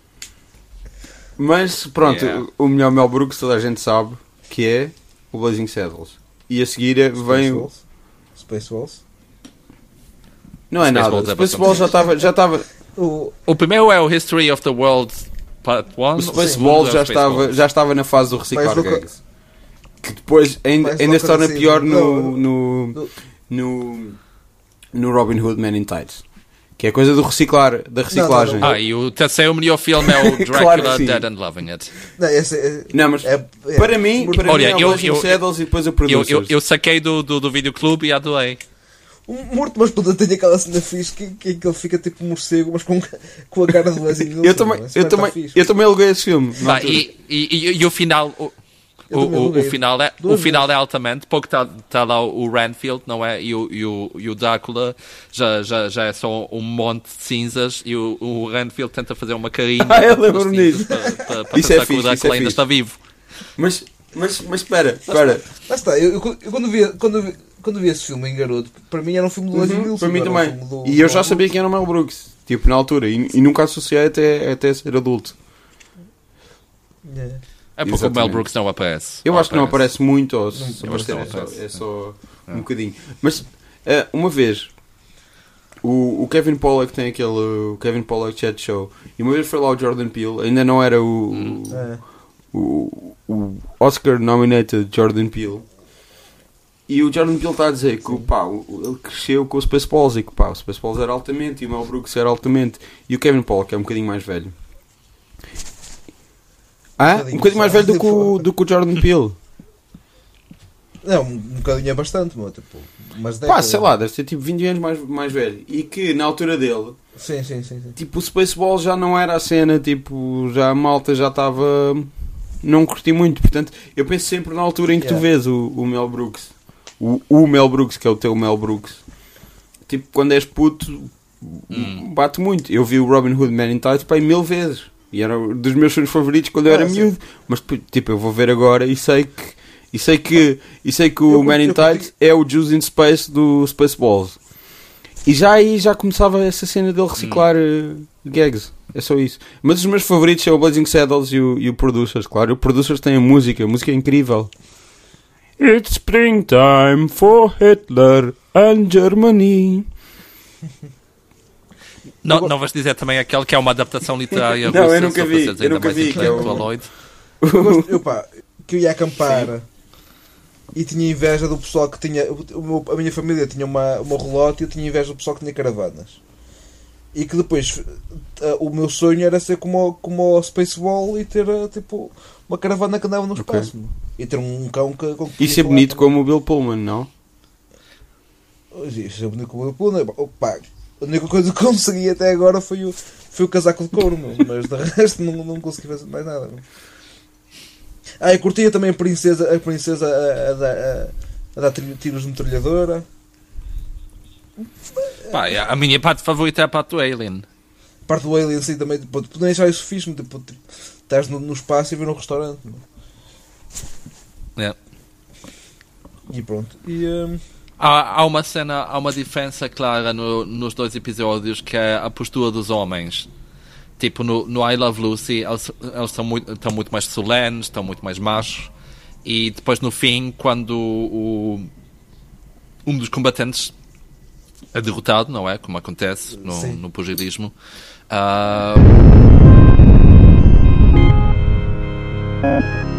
Mas pronto, Yeah. o melhor Mel Brooks toda a gente sabe que é o Blazing Saddles. E a seguir é- vem o... Spaceballs? Spaceballs? Não é Spaceballs nada. é Spaceballs já estava já estava O, O primeiro é o History of the World Part um. O Spaceball já, estava, já estava na fase do reciclar Mais gags. Que depois ainda, Mais ainda se torna assim, pior não, no, no, no, no Robin Hood Men in Tights. Que é a coisa do reciclar, da reciclagem. Não, não, Ah, e o terceiro melhor filme é o Dracula Claro que sim. Dead and Loving It. não, esse é, Não, mas é- é- para mim, para Olha, mim é eu- o Blazing eu- Saddles e depois o Eu, Producers. eu, eu saquei do, do, do videoclube e adorei. Um morto, mas quando tem aquela cena fixe que, que, que ele fica tipo um morcego, mas com, com a cara de Leslie Nielsen. Eu também, não é? Esse eu, cara tá também, fixe. eu também aluguei esse filme. na Pá, altura. e, e, e, e o final. O, Eu o, também o, aluguei. o final é, o Duas final vezes. é altamente, porque está tá lá o Renfield, não é? E o, e o, e o Drácula já, já, já é só um monte de cinzas e o, o Renfield tenta fazer uma carinha Ah, eu nas lembro-me cinzas disso. para, para, para Isso é pensar que fixe, o Drácula isso é ainda fixe. está vivo. Mas, mas, mas espera, espera. Lá está, eu, eu, eu quando, vi, quando, vi, quando vi esse filme em garoto, para mim era um filme do Leslie Uhum, Nielsen. para mim não era um também. filme do- E eu do- já sabia quem era o Mel Brooks, tipo, na altura. E, e nunca associei até, até ser adulto. Yeah. É porque o Exatamente. Mel Brooks não aparece. Eu Ou acho que não aparece muito, ou se eu aparecer acho que é não só, aparece, é só um bocadinho. Mas, eh, uma vez, o, o Kevin Pollak tem aquele o Kevin Pollak Chat Show, e uma vez foi lá o Jordan Peele, ainda não era o, É. o, o Oscar-nominated Jordan Peele, e o Jordan Peele está a dizer que pá, o- ele cresceu com o Spaceballs, e que pá, o Spaceballs era altamente, e o Mel Brooks era altamente, e o Kevin Pollak é um bocadinho mais velho. Ah, um bocadinho mais velho do que o, do que o Jordan Peele. Não, um bocadinho é bastante, meu, tipo, mas Pá, sei lá, deve ser tipo vinte anos mais, mais velho. E que na altura dele, Sim, sim, sim. sim. tipo, o Spaceball já não era a cena, tipo, já a malta já estava. Não curti muito. Portanto, eu penso sempre na altura em que tu Yeah. vês o, o Mel Brooks, o, o Mel Brooks, que é o teu Mel Brooks, tipo, quando és puto, bate muito. Eu vi o Robin Hood Man in Tights para mil vezes. E era um dos meus filmes favoritos quando eu Ah, era sim. miúdo. Mas, tipo, eu vou ver agora e sei que. E sei que, e sei que o Eu Man in curti- eu Tights é o Juice in Space do Spaceballs. E já aí já começava essa cena dele reciclar eh, gags. É só isso. Mas os meus favoritos são o Blazing Saddles e o, e o Producers, claro. O Producers tem a música, a música é incrível. It's springtime for Hitler and Germany. Não, não vais dizer também aquele que é uma adaptação literária Não, eu russa, nunca só para vi, seres eu ainda nunca mais vi, que é o- intelectualoide. Eu, gosto- eu, pá, que eu ia acampar e tinha inveja do pessoal que tinha. O meu- a minha família tinha uma, uma relote e eu tinha inveja do pessoal que tinha caravanas. E que depois eh, o meu sonho era ser como, o- como o Spaceball e ter eh, tipo uma caravana que andava no Ok. espaço. meu. E ter um cão que. com que Isso é podia bonito falar como o Bill Pullman, não? também. Isso é bonito como o Puna. Pá, a única coisa que consegui até agora foi o, foi o casaco de couro, meu, mas de resto não, não consegui fazer mais nada. meu. Ah, eu curtia também a princesa, a princesa a, a, dar- a, a dar tiro- tiros de metralhadora. Pá, a minha parte favorita é a parte do Alien. Parte do Alien assim também, tipo, tu nem achar isso fixe, tipo, tipo, estás no, no espaço e ver um restaurante. meu. É. E pronto. E, hum, Há, há uma cena, há uma diferença clara no- nos dois episódios que é a postura dos homens. Tipo, no, no I Love Lucy, eles, eles estão, muito, estão muito mais solenes, estão muito mais machos. E depois, no fim, quando o, um dos combatentes é derrotado, não é? Como acontece no, Sim. no pugilismo. ah,